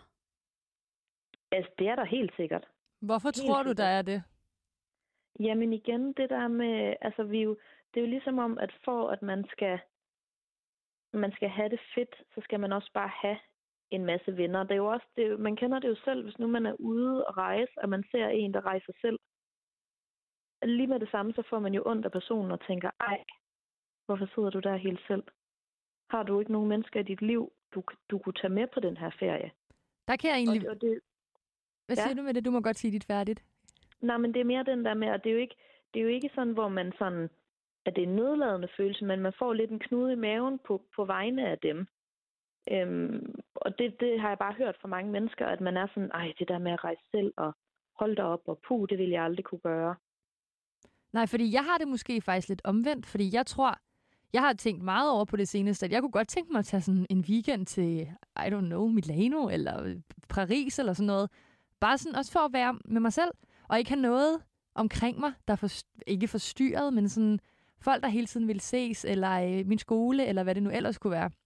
Altså, det er der helt sikkert. Hvorfor Helt tror du, sikkert. der er det? Jamen igen, det der med, altså vi jo, det er jo ligesom om, at for at man skal, man skal have det fedt, så skal man også bare have en masse venner. Det er jo også, det er jo, man kender det jo selv, hvis nu man er ude og rejse, og man ser en, der rejser selv. Lige med det samme, så får man jo ondt af personen og tænker, ej, hvorfor sidder du der helt selv? Har du ikke nogen mennesker i dit liv, du, du kunne tage med på den her ferie? Der kan jeg egentlig... Og, og det, Hvad siger ja. du med det? Du må godt sige dit færdigt. Nej, men det er mere den der med, at det er jo ikke, det er jo ikke sådan, hvor man sådan, at det er en nedladende følelse, men man får lidt en knude i maven på, på vegne af dem. Øhm, og det, det har jeg bare hørt fra mange mennesker, at man er sådan, ej, det der med at rejse selv og holde dig op, og puh, det vil jeg aldrig kunne gøre. Nej, fordi jeg har det måske faktisk lidt omvendt, fordi jeg tror, jeg har tænkt meget over på det seneste, at jeg kunne godt tænke mig at tage sådan en weekend til, I don't know, Milano eller Paris eller sådan noget. Bare sådan også for at være med mig selv, og ikke have noget omkring mig, der er for, ikke forstyrret, men sådan folk, der hele tiden vil ses, eller øh, min skole, eller hvad det nu ellers kunne være.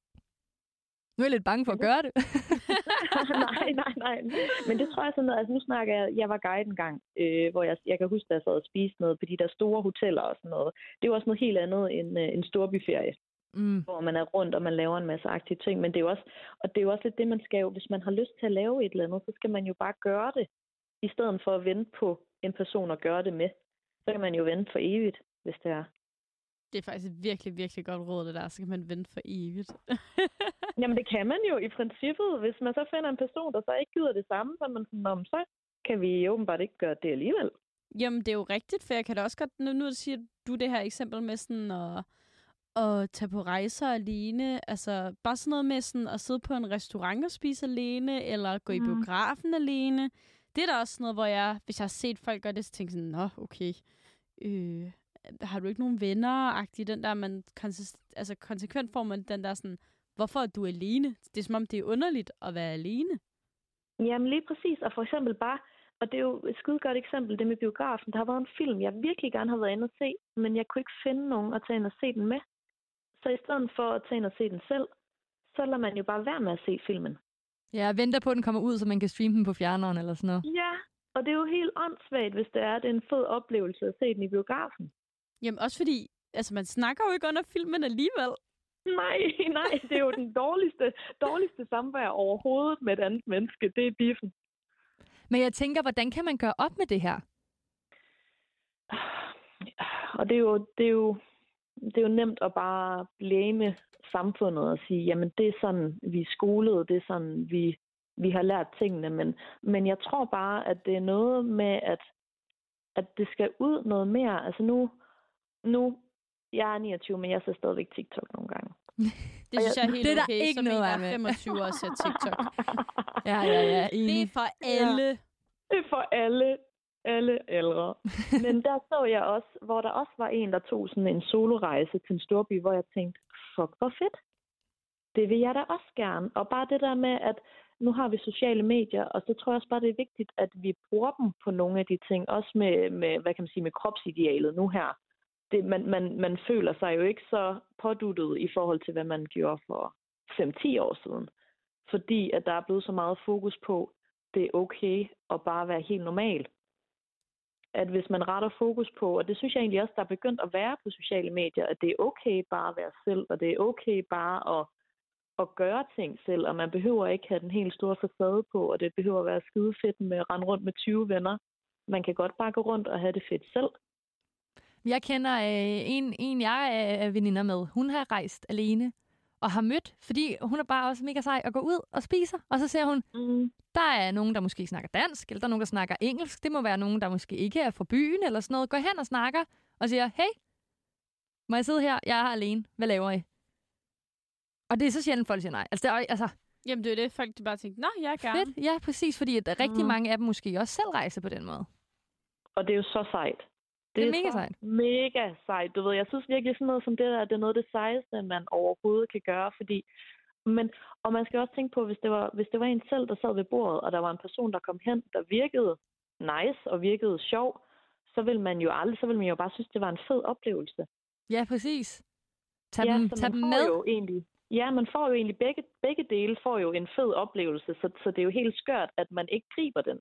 Nu er jeg lidt bange for at gøre det. nej, nej, nej. Men det tror jeg sådan noget, altså nu snakker jeg, jeg var guide en gang, øh, hvor jeg, jeg kan huske, at jeg sad og spiste noget på de der store hoteller og sådan noget. Det er jo også noget helt andet end øh, en storbyferie, mm. hvor man er rundt, og man laver en masse aktive ting. Men det er jo også, og det er jo også lidt det, man skal jo, hvis man har lyst til at lave et eller andet, så skal man jo bare gøre det, i stedet for at vente på en person og gøre det med. Så kan man jo vente for evigt, hvis det er. Det er faktisk et virkelig, virkelig godt råd, det der. Så kan man vente for evigt. Jamen, det kan man jo i princippet. Hvis man så finder en person, der så ikke gider det samme, så, man sådan, om, så kan vi åbenbart ikke gøre det alligevel. Jamen, det er jo rigtigt, for jeg kan da også godt... Nu, nu siger du det her eksempel med sådan at, at tage på rejser alene. Altså, bare sådan noget med sådan at sidde på en restaurant og spise alene, eller gå i Mm. biografen alene. Det er da også noget, hvor jeg, hvis jeg har set folk gøre det, så tænker jeg sådan, nå, okay... Øh, har du ikke nogen venner-agtigt, den der, man konsist- altså konsekvent får man den der sådan, hvorfor er du alene? Det er som om, det er underligt at være alene. Jamen lige præcis, og for eksempel bare, og det er jo et skide godt eksempel, det med biografen. Der har været en film, jeg virkelig gerne har været inde og se, men jeg kunne ikke finde nogen at tage ind og se den med. Så i stedet for at tage ind og se den selv, så lader man jo bare være med at se filmen. Ja, jeg venter på, at den kommer ud, så man kan streame den på fjerneren eller sådan noget. Ja, og det er jo helt åndssvagt, hvis det er, det er en fed oplevelse at se den i biografen. Jamen også fordi, altså man snakker jo ikke under filmen alligevel. Nej, nej, det er jo den dårligste, dårligste samvær overhovedet med et andet menneske. Det er biffen. Men jeg tænker, hvordan kan man gøre op med det her? Og det er jo, det er jo, det er jo nemt at bare blame samfundet og sige, jamen det er sådan, vi er skolet, det er sådan, vi, vi har lært tingene. Men, men jeg tror bare, at det er noget med, at, at det skal ud noget mere. Altså nu, nu jeg er niogtyve, men jeg ser stadigvæk TikTok nogle gange. Det synes jeg er helt det er der okay, ikke som noget en, at der med. er femogtyve og ser TikTok. Ja, ja, ja. Det Enig. er for alle. Ja. Det er for alle, alle ældre. Men der så jeg også, hvor der også var en, der tog sådan en solorejse til en storby, hvor jeg tænkte, fuck, hvor fedt. Det vil jeg da også gerne. Og bare det der med, at nu har vi sociale medier, og så tror jeg også bare, det er vigtigt, at vi bruger dem på nogle af de ting. Også med, med hvad kan man sige, med kropsidealet nu her. Det, man, man, man føler sig jo ikke så påduttet i forhold til, hvad man gjorde for fem til ti år siden. Fordi at der er blevet så meget fokus på, det er okay at bare være helt normal. At hvis man retter fokus på, og det synes jeg egentlig også, der er begyndt at være på sociale medier, at det er okay bare at være selv, og det er okay bare at, at gøre ting selv, og man behøver ikke have den helt store facade på, og det behøver at være skide fedt med at rende rundt med tyve venner. Man kan godt bare gå rundt og have det fedt selv. Jeg kender øh, en, en, jeg er veninder med. Hun har rejst alene og har mødt, fordi hun er bare også mega sej at gå ud og spiser. Og så ser hun, Mm. der er nogen, der måske snakker dansk, eller der er nogen, der snakker engelsk. Det må være nogen, der måske ikke er fra byen eller sådan noget. Går hen og snakker og siger, hey, må jeg sidde her? Jeg er her alene. Hvad laver I? Og det er så sjældent, folk siger nej. Altså, det er, altså Jamen, det er det. Folk de bare tænker, nå, jeg gerne. Fedt. Ja, præcis, fordi at rigtig Mhm. mange af dem måske også selv rejser på den måde. Og det er jo så sejt. Det er Det er mega så sejt. mega sejt. Du ved, jeg synes virkelig sådan noget som det der, det er noget af det sejeste, man overhovedet kan gøre, fordi men, og man skal også tænke på, hvis det, var, hvis det var en selv, der sad ved bordet, og der var en person, der kom hen, der virkede nice og virkede sjov, så vil man jo aldrig, så vil man jo bare synes, det var en fed oplevelse. Ja, præcis. Tag ja, dem, så tag man dem får med. jo egentlig, ja, man får jo egentlig begge, begge dele får jo en fed oplevelse, så, så det er jo helt skørt, at man ikke griber den.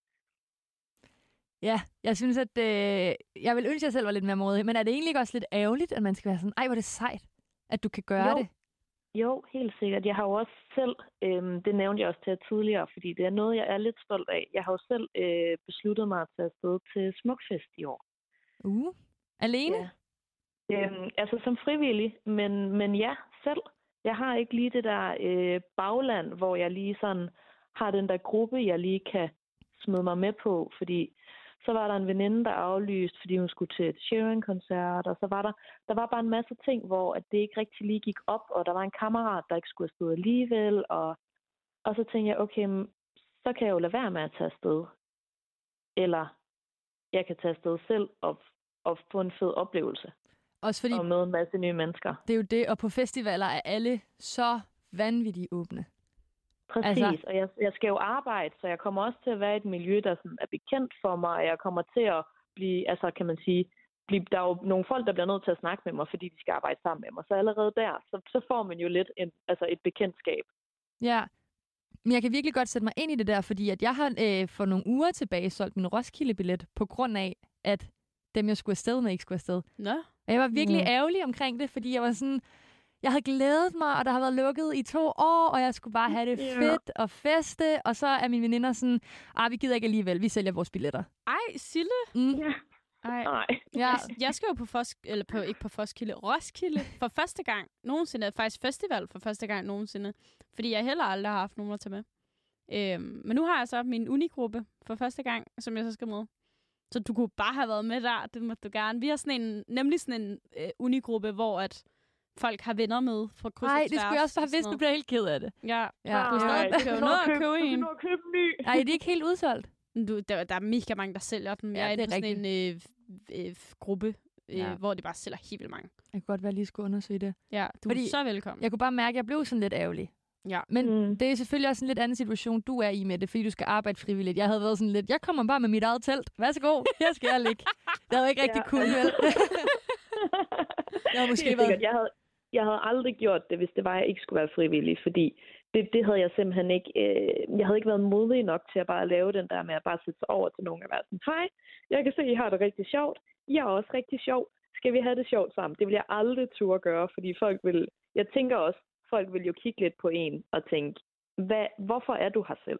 Ja, jeg synes, at øh, jeg vil ønske, at jeg selv var lidt mere modig. Men er det egentlig ikke også lidt ærgerligt, at man skal være sådan, ej, hvor er det sejt, at du kan gøre Jo. det? Jo, helt sikkert. Jeg har jo også selv, øhm, det nævnte jeg også til jer tidligere, fordi det er noget, jeg er lidt stolt af. Jeg har jo selv øh, besluttet mig at tage afsted til Smukfest i år. Uh, alene? Ja. Øhm, altså som frivillig, men, men ja, selv. Jeg har ikke lige det der øh, bagland, hvor jeg lige sådan har den der gruppe, jeg lige kan smide mig med på, fordi så var der en veninde, der aflyste, fordi hun skulle til et Sheeran-koncert, og så var der, der var bare en masse ting, hvor at det ikke rigtig lige gik op, og der var en kammerat, der ikke skulle afsted alligevel, og, og så tænkte jeg, okay, så kan jeg jo lade være med at tage afsted. Eller jeg kan tage afsted selv og, og få en fed oplevelse. Også fordi Og møde en masse nye mennesker. det er jo det, og på festivaler er alle så vanvittigt åbne. Præcis, Altså- og jeg, jeg skal jo arbejde, så jeg kommer også til at være i et miljø, der sådan er bekendt for mig, og jeg kommer til at blive, altså kan man sige, blive, der er jo nogle folk, der bliver nødt til at snakke med mig, fordi de skal arbejde sammen med mig. Så allerede der, så, så får man jo lidt en, altså et bekendtskab. Ja, men jeg kan virkelig godt sætte mig ind i det der, fordi at jeg har øh, for nogle uger tilbage solgt min Roskilde-billet på grund af, at dem, jeg skulle afsted med, ikke skulle afsted. Nå. Og jeg var virkelig Mm. ærgerlig omkring det, fordi jeg var sådan, jeg havde glædet mig, og der har været lukket i to år, og jeg skulle bare have det Ja. fedt og feste, og så er mine veninder sådan, ah, vi gider ikke alligevel, vi sælger vores billetter. Ej, Sille. Mm. Ja. Ej. Nej. Ja, Jeg skal jo på, Fosk, eller på ikke på Foskilde, Roskilde for første gang nogensinde. Faktisk festival for første gang nogensinde. Fordi jeg heller aldrig har haft nogen at tage med. Øhm, men nu har jeg så min unigruppe for første gang, som jeg så skal med. Så du kunne bare have været med der, det må du gerne. Vi har sådan en, nemlig sådan en øh, unigruppe, hvor at folk har venner med fra kryds og nej, tværs. det skulle jeg også bare og sådan vidst, du noget. bliver helt ked af det. Ja, Ja. du er stadig du du kan jo nå nå at at købe, købe du kan en. nå at købe en ny. Nej, det er ikke helt udsolgt. Du, der, der er mega mange, der sælger den. Ja, Jeg er det inde er på sådan en øh, øh, gruppe, øh, Ja. hvor de bare sælger helt vildt mange. Jeg kunne godt være lige skulle undersøge det. Ja, du Fordi er så velkommen. Jeg kunne bare mærke, at jeg blev sådan lidt ærgerlig. Ja. Men Mm. det er selvfølgelig også en lidt anden situation, du er i med det, fordi du skal arbejde frivilligt. Jeg havde været sådan lidt, jeg kommer bare med mit eget telt. Værsgo, her skal jeg ligge. Det havde ikke rigtig Ja. cool, vel? Jeg havde måske Helt været- sikkert. Jeg havde, jeg havde aldrig gjort det, hvis det var, at jeg ikke skulle være frivillig, fordi det, det havde jeg simpelthen ikke... Øh, jeg havde ikke været modig nok til at bare lave den der med at bare sætte sig over til nogen og være sådan, hej, jeg kan se, I har det rigtig sjovt. Jeg er også rigtig sjov. Skal vi have det sjovt sammen? Det vil jeg aldrig turde gøre, fordi folk vil... Jeg tænker også, folk vil jo kigge lidt på en og tænke, hvad, hvorfor er du her selv?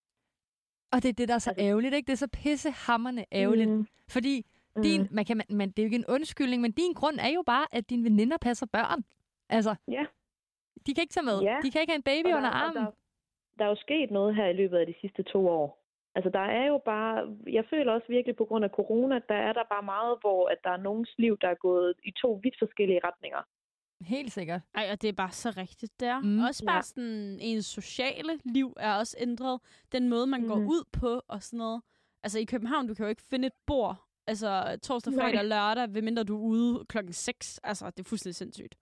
Og det er det, der er så Altså- ærgerligt, ikke? Det er så pissehammerende ærgerligt. Mm. Mm. Fordi Mm. din, man kan, man, det er jo ikke en undskyldning, men din grund er jo bare, at dine veninder passer børn. Altså, Ja. de kan ikke tage med. Ja. De kan ikke have en baby Og der, under og armen. Der, der er jo sket noget her i løbet af de sidste to år. Altså, der er jo bare... Jeg føler også virkelig på grund af corona, der er der bare meget, hvor at der er nogens liv, der er gået i to vidt forskellige retninger. Helt sikkert. Ej, og det er bare så rigtigt der. Mm. Mm, også bare Ja. sådan, ens sociale liv er også ændret. Den måde, man mm. går Mhm. ud på og sådan noget. Altså i København, du kan jo ikke finde et bord. Altså torsdag, fredag Nej. og lørdag, medmindre du er ude klokken seks. Altså, det er fuldstændig sindssygt.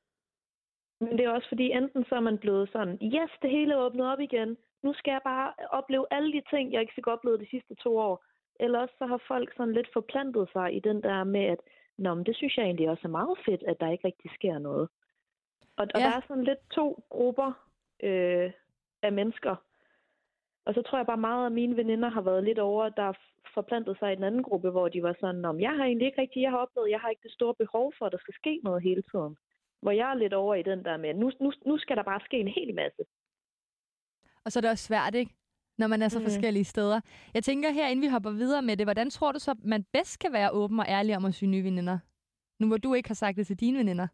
Men det er også fordi, enten så er man blevet sådan, yes, det hele er åbnet op igen. Nu skal jeg bare opleve alle de ting, jeg ikke fik oplevet de sidste to år. Eller også så har folk sådan lidt forplantet sig i den der med, at nå, men det synes jeg egentlig også er meget fedt, at der ikke rigtig sker noget. Og, og Ja. der er sådan lidt to grupper øh, af mennesker. Og så tror jeg bare meget, at mine veninder har været lidt over, der har forplantet sig i den anden gruppe, hvor de var sådan, om jeg har egentlig ikke rigtig, jeg har oplevet, jeg har ikke det store behov for, at der skal ske noget hele tiden. Hvor jeg er lidt over i den der med, nu, nu, nu skal der bare ske en hel masse. Og så er det også svært, ikke? Når man er så mm. Mm. forskellige steder. Jeg tænker her, inden vi hopper videre med det, hvordan tror du så, man bedst kan være åben og ærlig om at syge nye veninder? Nu hvor du ikke har sagt det til dine veninder.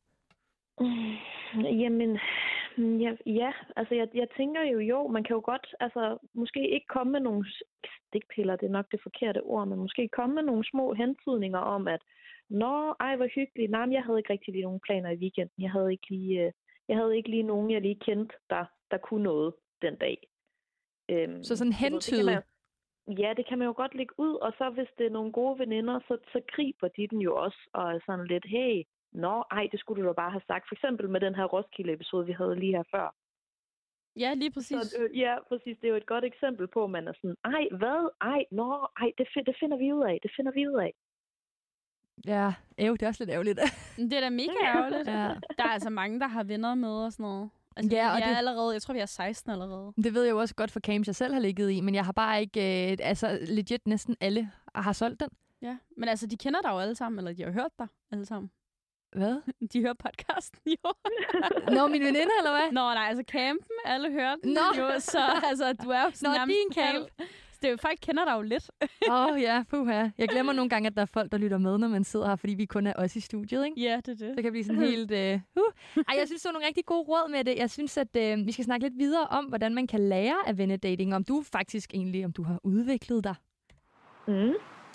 Mm, jamen, ja, ja, altså jeg, jeg tænker jo, jo, man kan jo godt, altså måske ikke komme med nogle stikpiller, det er nok det forkerte ord, men måske komme med nogle små hentydninger om, at nå, ej, hvor hyggeligt, nej, men jeg havde ikke rigtig lige nogen planer i weekenden, jeg havde ikke lige, øh, jeg havde ikke lige nogen, jeg lige kendte, der der kunne noget den dag. Øhm, så sådan hentyde? det ja, det kan man jo godt lægge ud, og så hvis det er nogle gode veninder, så, så griber de den jo også, og er sådan lidt, hey, nå, ej, det skulle du da bare have sagt. For eksempel med den her Roskilde-episode, vi havde lige her før. Ja, lige præcis. Så, øh, ja, præcis. Det er jo et godt eksempel på, at man er sådan, ej, hvad? Ej, nå, ej, det, find, det finder vi ud af. Det finder vi ud af. Ja, æv, det er også lidt ærgerligt. Det er da mega ærgerligt. Ja. Der er altså mange, der har venner med og sådan noget. Altså, ja, og vi er det, allerede, jeg tror, vi er seksten allerede. Det ved jeg jo også godt for camps, jeg selv har ligget i, men jeg har bare ikke, øh, altså legit næsten alle har solgt den. Ja, men altså, de kender dig jo alle sammen, eller de har hørt dig alle sammen. Hvad? De hører podcasten, jo. Nå, min veninde, eller hvad? Nå, nej, altså campen, alle hører den Nå. jo, så altså, du er jo sådan Nå, nærmest din camp. Så det er jo, folk kender dig jo lidt. Åh oh, ja, puha. Jeg glemmer nogle gange, at der er folk, der lytter med, når man sidder her, fordi vi kun er os i studiet, ikke? Ja, det er det. Så kan det blive sådan helt... Uh, uh. Ej, jeg synes, det er nogle rigtig gode råd med det. Jeg synes, at uh, vi skal snakke lidt videre om, hvordan man kan lære af vennedating. Om du faktisk egentlig, om du har udviklet dig. Mm.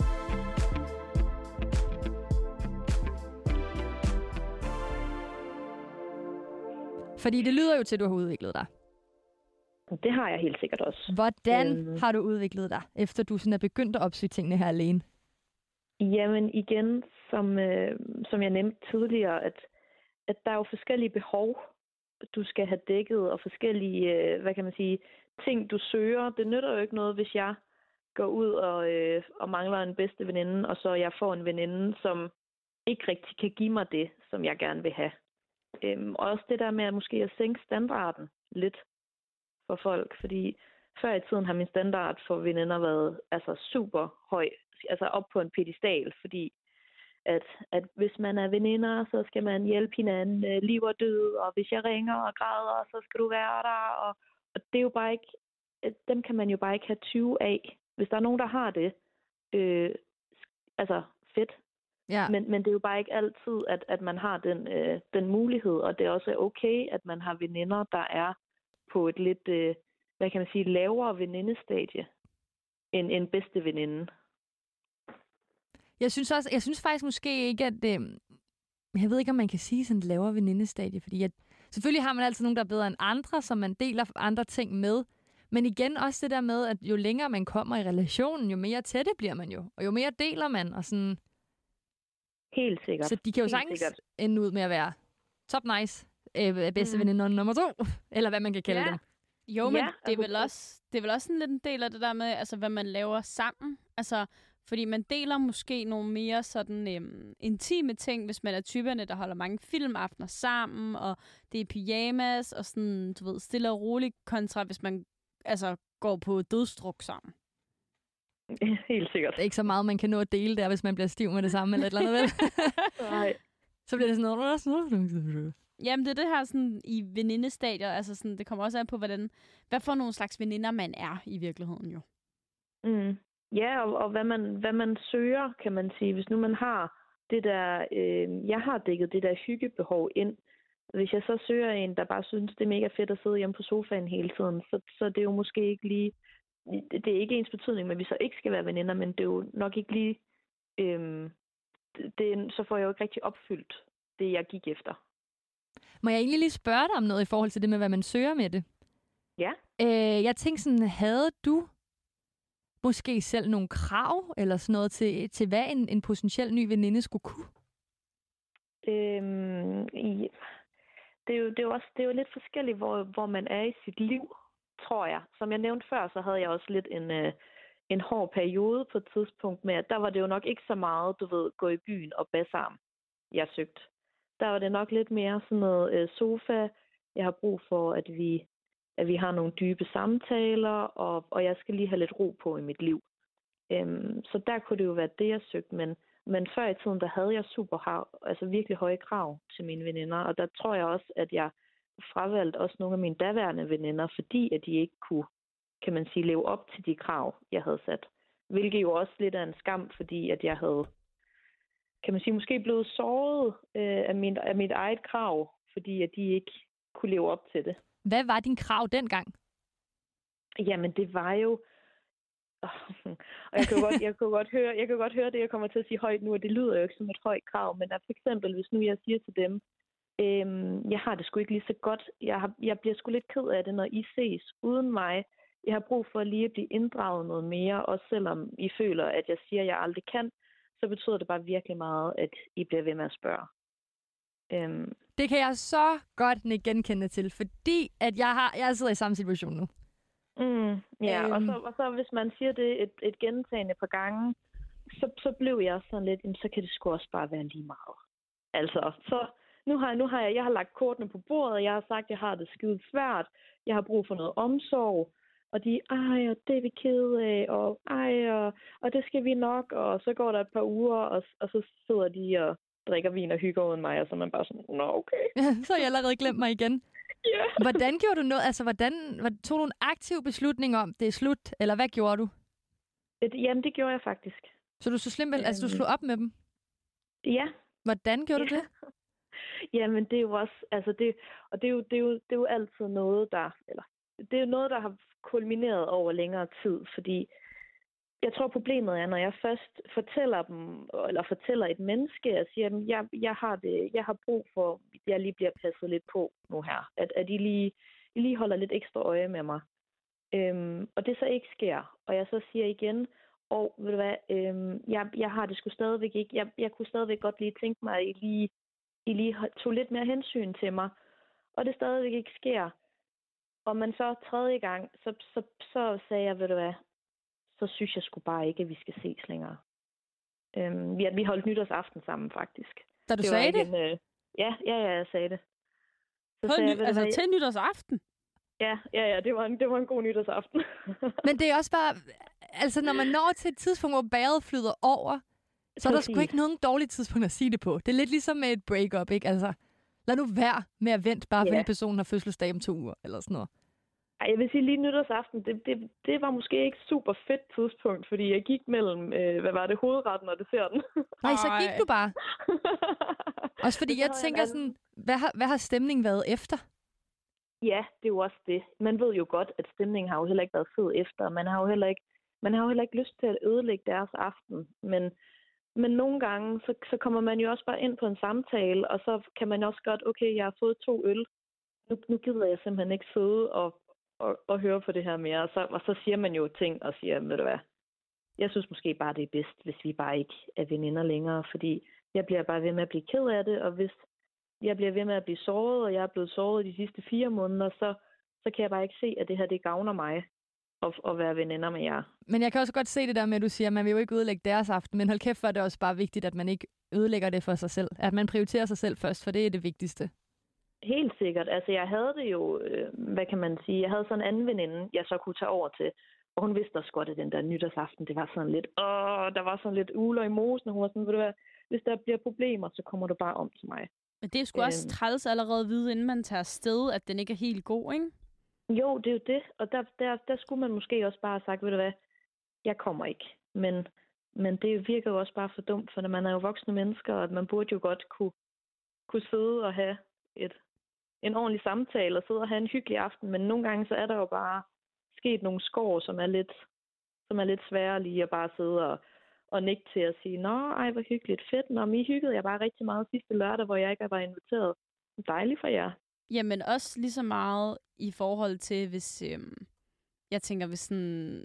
Fordi det lyder jo til, at du har udviklet dig. Det har jeg helt sikkert også. Hvordan øhm. har du udviklet dig, efter du sådan er begyndt at opsøge tingene her alene? Jamen igen, som, øh, som jeg nævnte tidligere, at, at der er jo forskellige behov, du skal have dækket, og forskellige, øh, hvad kan man sige, ting, du søger. Det nytter jo ikke noget, hvis jeg går ud og, øh, og mangler en bedste veninde, og så jeg får en veninde, som ikke rigtig kan give mig det, som jeg gerne vil have. Øhm, og også det der med at måske at sænke standarden lidt for folk, fordi før i tiden har min standard for veninder været altså super høj, altså op på en pedestal, fordi at, at hvis man er veninder, så skal man hjælpe hinanden øh, liv og død, og hvis jeg ringer og græder, så skal du være der, og, og det er jo bare ikke, dem kan man jo bare ikke have tyve af. Hvis der er nogen, der har det, øh, altså fedt. Ja. Men, men det er jo bare ikke altid, at, at man har den, øh, den mulighed, og det er også okay, at man har veninder, der er på et lidt, øh, hvad kan man sige, lavere venindestadie end en bedste veninde. Jeg synes også, jeg synes faktisk måske ikke, at øh, jeg ved ikke, om man kan sige sådan et lavere venindestadie, fordi at, selvfølgelig har man altid nogen, der er bedre end andre, som man deler andre ting med. Men igen også det der med, at jo længere man kommer i relationen, jo mere tætte bliver man jo, og jo mere deler man, og sådan. Helt sikkert. Så de kan jo Helt sagtens sikkert. ende ud med at være top nice, øh, bedste mm. veninder nummer to, eller hvad man kan kalde ja. dem. Jo, men Ja, det, er altså- vel også, det er vel også sådan lidt en del af det der med, altså, hvad man laver sammen. Altså, fordi man deler måske nogle mere sådan øhm, intime ting, hvis man er typerne, der holder mange filmaftener sammen, og det er pyjamas, og sådan, du ved, stille og roligt, kontra hvis man altså går på dødstruk sammen. Helt sikkert. Det er ikke så meget, man kan nå at dele der, hvis man bliver stiv med det samme, eller et eller andet, vel? Nej. Så bliver det sådan noget. Jamen, det er det her sådan, i venindestadier, altså sådan, det kommer også an på, hvordan, hvad for nogle slags veninder man er i virkeligheden jo. Mm. Ja, og, og hvad, man, hvad man søger, kan man sige. Hvis nu man har det der, øh, jeg har dækket det der hyggebehov ind. Hvis jeg så søger en, der bare synes, det er mega fedt at sidde hjemme på sofaen hele tiden, så, så det er jo måske ikke lige, det, det er ikke ens betydning, men vi så ikke skal være veninder, men det er jo nok ikke lige, øh, det, så får jeg jo ikke rigtig opfyldt det, jeg gik efter. Må jeg egentlig lige spørge dig om noget i forhold til det med, hvad man søger med det? Ja. Øh, jeg tænkte sådan, havde du måske selv nogle krav eller sådan noget til, til hvad en, en potentiel ny veninde skulle kunne? Øhm, ja. det, er jo, det, er jo også, det er jo lidt forskelligt, hvor, hvor man er i sit liv, tror jeg. Som jeg nævnte før, så havde jeg også lidt en, øh, en hård periode på et tidspunkt med, at der var det jo nok ikke så meget, du ved, gå i byen og bassarm, jeg søgte. Der var det nok lidt mere sådan noget øh, sofa. Jeg har brug for, at vi, at vi har nogle dybe samtaler, og, og jeg skal lige have lidt ro på i mit liv. Øhm, så der kunne det jo være det, jeg søgte. Men, men før i tiden, der havde jeg super hav, altså virkelig høje krav til mine veninder. Og der tror jeg også, at jeg fravalgte også nogle af mine daværende veninder, fordi at de ikke kunne, kan man sige, leve op til de krav, jeg havde sat. Hvilket jo også lidt er en skam, fordi at jeg havde, kan man sige, måske blevet såret øh, af, min, af mit eget krav, fordi at de ikke kunne leve op til det. Hvad var din krav dengang? Jamen, det var jo... Og jeg kan jo godt, jeg kan jo godt høre, jeg kan jo godt høre det, jeg kommer til at sige højt nu, og det lyder jo ikke som et højt krav, men at for eksempel, hvis nu jeg siger til dem, Øhm, jeg har det sgu ikke lige så godt. Jeg, har, jeg bliver sgu lidt ked af det, når I ses uden mig. Jeg har brug for lige at blive inddraget noget mere, også selvom I føler, at jeg siger, at jeg aldrig kan, så betyder det bare virkelig meget, at I bliver ved med at spørge. Øhm. Det kan jeg så godt ikke genkende til, fordi at jeg har jeg sidder i samme situation nu. Mm, ja, øhm. og, så, og så hvis man siger det et, et gentagende par gange, så, så blev jeg sådan lidt, så kan det sgu også bare være lige meget. Altså, så nu har jeg, nu har jeg, jeg har lagt kortene på bordet, og jeg har sagt, at jeg har det skide svært, jeg har brug for noget omsorg, og de, ej, og det er vi kede af, og ej, og, og det skal vi nok, og så går der et par uger, og, og så sidder de og drikker vin og hygger uden mig, og så er man bare sådan, nå, okay. Så har jeg allerede glemt mig igen. Yeah. Hvordan gjorde du noget? Altså, hvordan tog du en aktiv beslutning om, det er slut, eller hvad gjorde du? Et, jamen, det gjorde jeg faktisk. Så du så slemt, øhm. altså du slog op med dem? Ja. Hvordan gjorde ja. du det? Jamen, det er jo også, altså det, og det er jo, det er jo, det er jo altid noget, der, eller det er jo noget, der har kulmineret over længere tid, fordi jeg tror, problemet er, når jeg først fortæller dem, eller fortæller et menneske, og siger, at jeg, jeg, har det, jeg har brug for, at jeg lige bliver passet lidt på nu her. At, at I, lige, I lige holder lidt ekstra øje med mig. Øhm, og det så ikke sker, og jeg så siger igen, og ved du hvad, øhm, jeg, jeg har det sgu stadigvæk ikke, jeg, jeg kunne stadigvæk godt lige tænke mig, at I lige, I lige tog lidt mere hensyn til mig, og det stadigvæk ikke sker. Og man så tredje gang, så, så, så sagde jeg, ved du hvad, så synes jeg sgu bare ikke, at vi skal ses længere. Øhm, vi, vi holdt nytårsaften sammen, faktisk. Da du det sagde det? En, øh, ja, ja, ja, jeg sagde det. Så sagde jeg, altså hvad, til nytårsaften? Ja, ja, ja, det var en, det var en god nytårsaften. Men det er også bare, altså når man når til et tidspunkt, hvor bæret flyder over, så er der sgu ikke nogen dårlig tidspunkt at sige det på. Det er lidt ligesom med et break-up, ikke? Altså, lad nu være med at vente, bare fordi yeah. personen har fødselsdag om to uger, eller sådan noget. Ej, jeg vil sige lige nytårsaften, det, det, det var måske ikke super fedt tidspunkt, fordi jeg gik mellem, øh, hvad var det, hovedretten og desserten. Nej, så gik du bare. Også fordi jeg tænker sådan, hvad har, hvad har stemningen været efter? Ja, det er jo også det. Man ved jo godt, at stemningen har jo heller ikke været fed efter. Man har jo heller ikke, man har jo heller ikke lyst til at ødelægge deres aften. Men, men nogle gange, så, så kommer man jo også bare ind på en samtale, og så kan man også godt, okay, jeg har fået to øl. Nu, nu gider jeg simpelthen ikke sidde og, og, og høre på det her mere. Og så, og så siger man jo ting og siger, ved du hvad, jeg synes måske bare, det er bedst, hvis vi bare ikke er veninder længere, fordi jeg bliver bare ved med at blive ked af det, og hvis jeg bliver ved med at blive såret, og jeg er blevet såret de sidste fire måneder, så, så kan jeg bare ikke se, at det her, det gavner mig at, at være veninder med jer. Men jeg kan også godt se det der med, at du siger, at man vil jo ikke ødelægge deres aften, men hold kæft, for det er også bare vigtigt, at man ikke ødelægger det for sig selv. At man prioriterer sig selv først, for det er det vigtigste. Helt sikkert. Altså, jeg havde det jo, øh, hvad kan man sige, jeg havde sådan en anden veninde, jeg så kunne tage over til, og hun vidste også godt, at den der nytårsaften, det var sådan lidt, åh, der var sådan lidt uler i mosen, og hun var sådan, ved du hvad, hvis der bliver problemer, så kommer du bare om til mig. Men det er sgu også træls allerede at vide, inden man tager afsted, at den ikke er helt god, ikke? Jo, det er jo det. Og der, der, der skulle man måske også bare have sagt, ved du hvad, jeg kommer ikke. Men, men det virker jo også bare for dumt, for man er jo voksne mennesker, og man burde jo godt kunne, kunne sidde og have et, en ordentlig samtale, og sidde og have en hyggelig aften. Men nogle gange, så er der jo bare sket nogle skår, som er lidt, som er lidt svære lige at bare sidde og og nikke til at sige, nå, ej, hvor hyggeligt, fedt. Nå, I hyggede jeg bare rigtig meget sidste lørdag, hvor jeg ikke var inviteret. Dejligt for jer. Jamen også lige så meget i forhold til, hvis, øhm, jeg tænker, hvis sådan,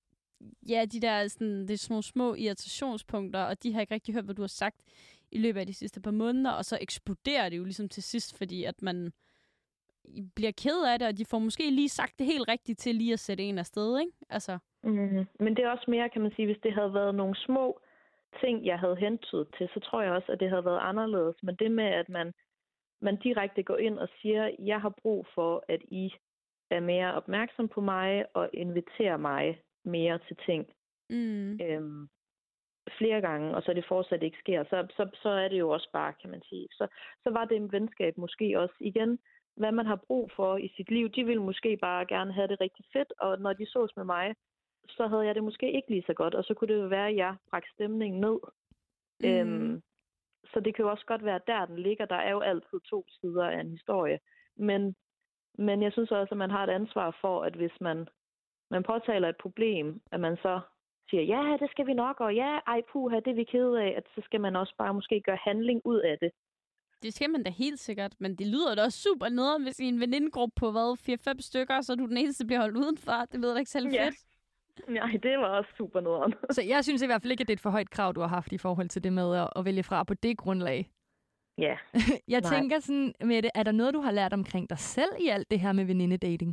ja, de der sådan, det små, små irritationspunkter, og de har ikke rigtig hørt, hvad du har sagt i løbet af de sidste par måneder, og så eksploderer det jo ligesom til sidst, fordi at man bliver ked af det, og de får måske lige sagt det helt rigtigt til lige at sætte en afsted, ikke? Altså. Mm-hmm. Men det er også mere, kan man sige, hvis det havde været nogle små ting, jeg havde hentydet til, så tror jeg også, at det havde været anderledes. Men det med, at man, man direkte går ind og siger, jeg har brug for, at I er mere opmærksom på mig og inviterer mig mere til ting mm. øhm, flere gange, og så det fortsat ikke sker, så, så, så er det jo også bare, kan man sige. Så, så var det en venskab måske også igen, hvad man har brug for i sit liv. De ville måske bare gerne have det rigtig fedt, og når de sås med mig, så havde jeg det måske ikke lige så godt, og så kunne det jo være, at jeg bragte stemningen ned. Mm. Øhm, så det kan jo også godt være, der den ligger. Der er jo altid to sider af en historie. Men, men jeg synes også, at man har et ansvar for, at hvis man, man påtaler et problem, at man så siger, ja, det skal vi nok, og ja, ej puha, det er vi kede af, at så skal man også bare måske gøre handling ud af det. Det skal man da helt sikkert, men det lyder da også super nederen, hvis I er en venindegruppe på, hvad, fire fem stykker, så er du den eneste, der bliver holdt udenfor. Det lyder da ikke selv Ja. fedt. Nej, det var også super nederen. Så jeg synes i hvert fald ikke, at det er et for højt krav, du har haft i forhold til det med at, at vælge fra på det grundlag. Ja. Jeg Nej. tænker sådan, Mette, er der noget, du har lært omkring dig selv i alt det her med venindedating?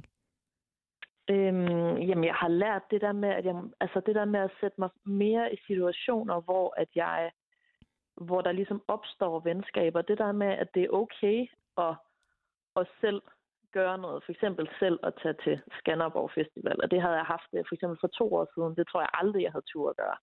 Øhm, jamen, jeg har lært det der med, at jeg, altså det der med at sætte mig mere i situationer, hvor at jeg, hvor der ligesom opstår venskaber. Det der med, at det er okay at, at selv gøre noget. For eksempel selv at tage til Skanderborg Festival. Og det havde jeg haft for eksempel for to år siden. Det tror jeg aldrig, jeg havde tur at gøre.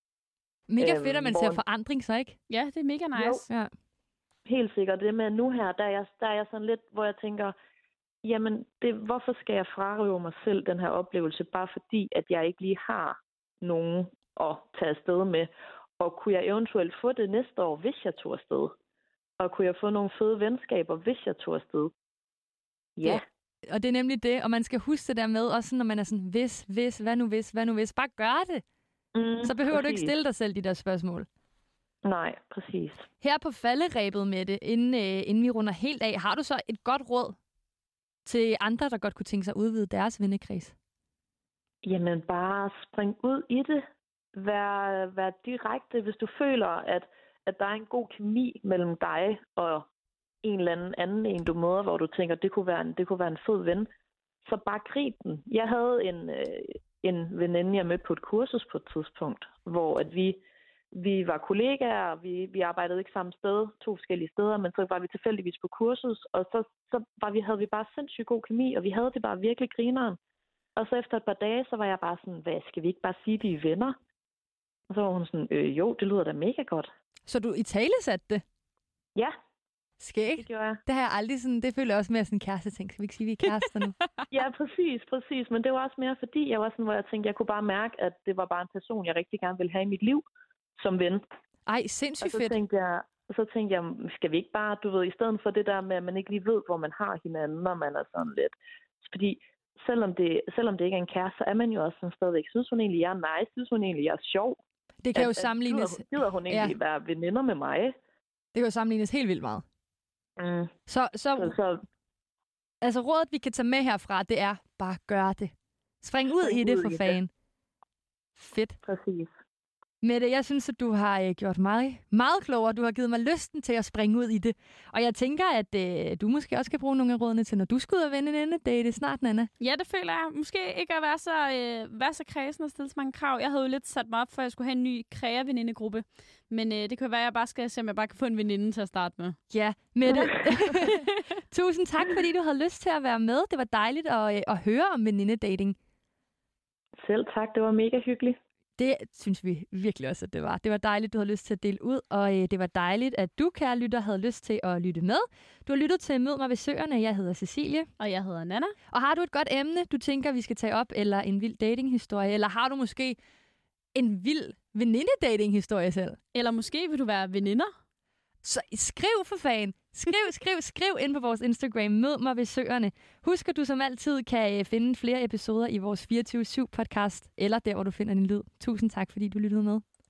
Mega Øhm, fedt, at man hvor- ser forandring, så ikke? Ja, det er mega nice. Ja. Helt sikkert. Det med at nu her, der er, jeg, der er jeg sådan lidt, hvor jeg tænker, jamen, det, hvorfor skal jeg frarøve mig selv den her oplevelse, bare fordi, at jeg ikke lige har nogen at tage afsted med. Og kunne jeg eventuelt få det næste år, hvis jeg tog afsted? Og kunne jeg få nogle fede venskaber, hvis jeg tog afsted? Ja. Det, og det er nemlig det, og man skal huske det der med, også når man er sådan, hvis, hvis, hvad nu hvis, hvad nu hvis, bare gør det. Mm, Så behøver præcis. du ikke stille dig selv de der spørgsmål. Nej, præcis. Her på falderebet, Mette, inden, øh, inden vi runder helt af, har du så et godt råd til andre, der godt kunne tænke sig at udvide deres vennekreds? Jamen, bare spring ud i det. Vær, vær direkte, hvis du føler, at, at der er en god kemi mellem dig og en eller anden anden en, du møder, hvor du tænker, det kunne være en, det kunne være en fed ven. Så bare grib den. Jeg havde en, øh, en veninde, jeg mødte på et kursus på et tidspunkt, hvor at vi, vi var kollegaer, vi, vi arbejdede ikke samme sted, to forskellige steder, men så var vi tilfældigvis på kursus, og så, så var vi, havde vi bare sindssygt god kemi, og vi havde det bare virkelig grineren. Og så efter et par dage, så var jeg bare sådan, hvad, skal vi ikke bare sige, vi er venner? Og så var hun sådan, øh, jo, det lyder da mega godt. Så du i tale satte det? Ja, Skægt. det gjorde jeg. Det har jeg aldrig sådan, det føler jeg også mere sådan en kæreste ting. Skal vi ikke sige, vi er kærester nu? Ja, præcis, præcis. Men det var også mere fordi, jeg var sådan, hvor jeg tænkte, jeg kunne bare mærke, at det var bare en person, jeg rigtig gerne ville have i mit liv som ven. Ej, Og sindssygt så fedt. tænkte jeg, så tænkte jeg, skal vi ikke bare, du ved, i stedet for det der med, at man ikke lige ved, hvor man har hinanden, når man er sådan lidt. Fordi selvom det, selvom det ikke er en kæreste, så er man jo også sådan stadigvæk, synes hun egentlig, jeg er nice, synes hun egentlig, jeg er sjov. Det kan At- jo at sammenlignes, Gider, gider hun egentlig ja. være veninder med mig? det kan jo sammenlignes helt vildt meget. Mm. Så, så Så, så altså rådet, vi kan tage med herfra, det er bare gør det. Spring ud Spring i det ud for i det. fanden. Fedt. præcis. Mette, jeg synes, at du har øh, gjort mig meget klogere. Du har givet mig lysten til at springe ud i det. Og jeg tænker, at øh, du måske også kan bruge nogle af rådene til, når du skal ud og vende en date snart, Nana. Ja, det føler jeg. Måske ikke at være så, øh, være så kredsen og stille så mange krav. Jeg havde jo lidt sat mig op for, at jeg skulle have en ny krea-venindegruppe. Men øh, det kan være, at jeg bare skal se, om jeg bare kan få en veninde til at starte med. Ja, Mette. Tusind tak, fordi du havde lyst til at være med. Det var dejligt at, øh, at høre om venindedating. Selv tak, det var mega hyggeligt. Det synes vi virkelig også, at det var. Det var dejligt, du havde lyst til at dele ud, og øh, det var dejligt, at du, kære lytter, havde lyst til at lytte med. Du har lyttet til Mød mig ved Søerne. Jeg hedder Cecilie. Og jeg hedder Nana. Og har du et godt emne, du tænker, vi skal tage op, eller en vild datinghistorie, eller har du måske en vild veninde-datinghistorie selv? Eller måske vil du være veninder? Så skriv for fan. Skriv, skriv, skriv ind på vores Instagram. Mød mig ved Søerne. Husk, at du som altid kan finde flere episoder i vores fireogtyve syv podcast, eller der, hvor du finder din lyd. Tusind tak, fordi du lyttede med.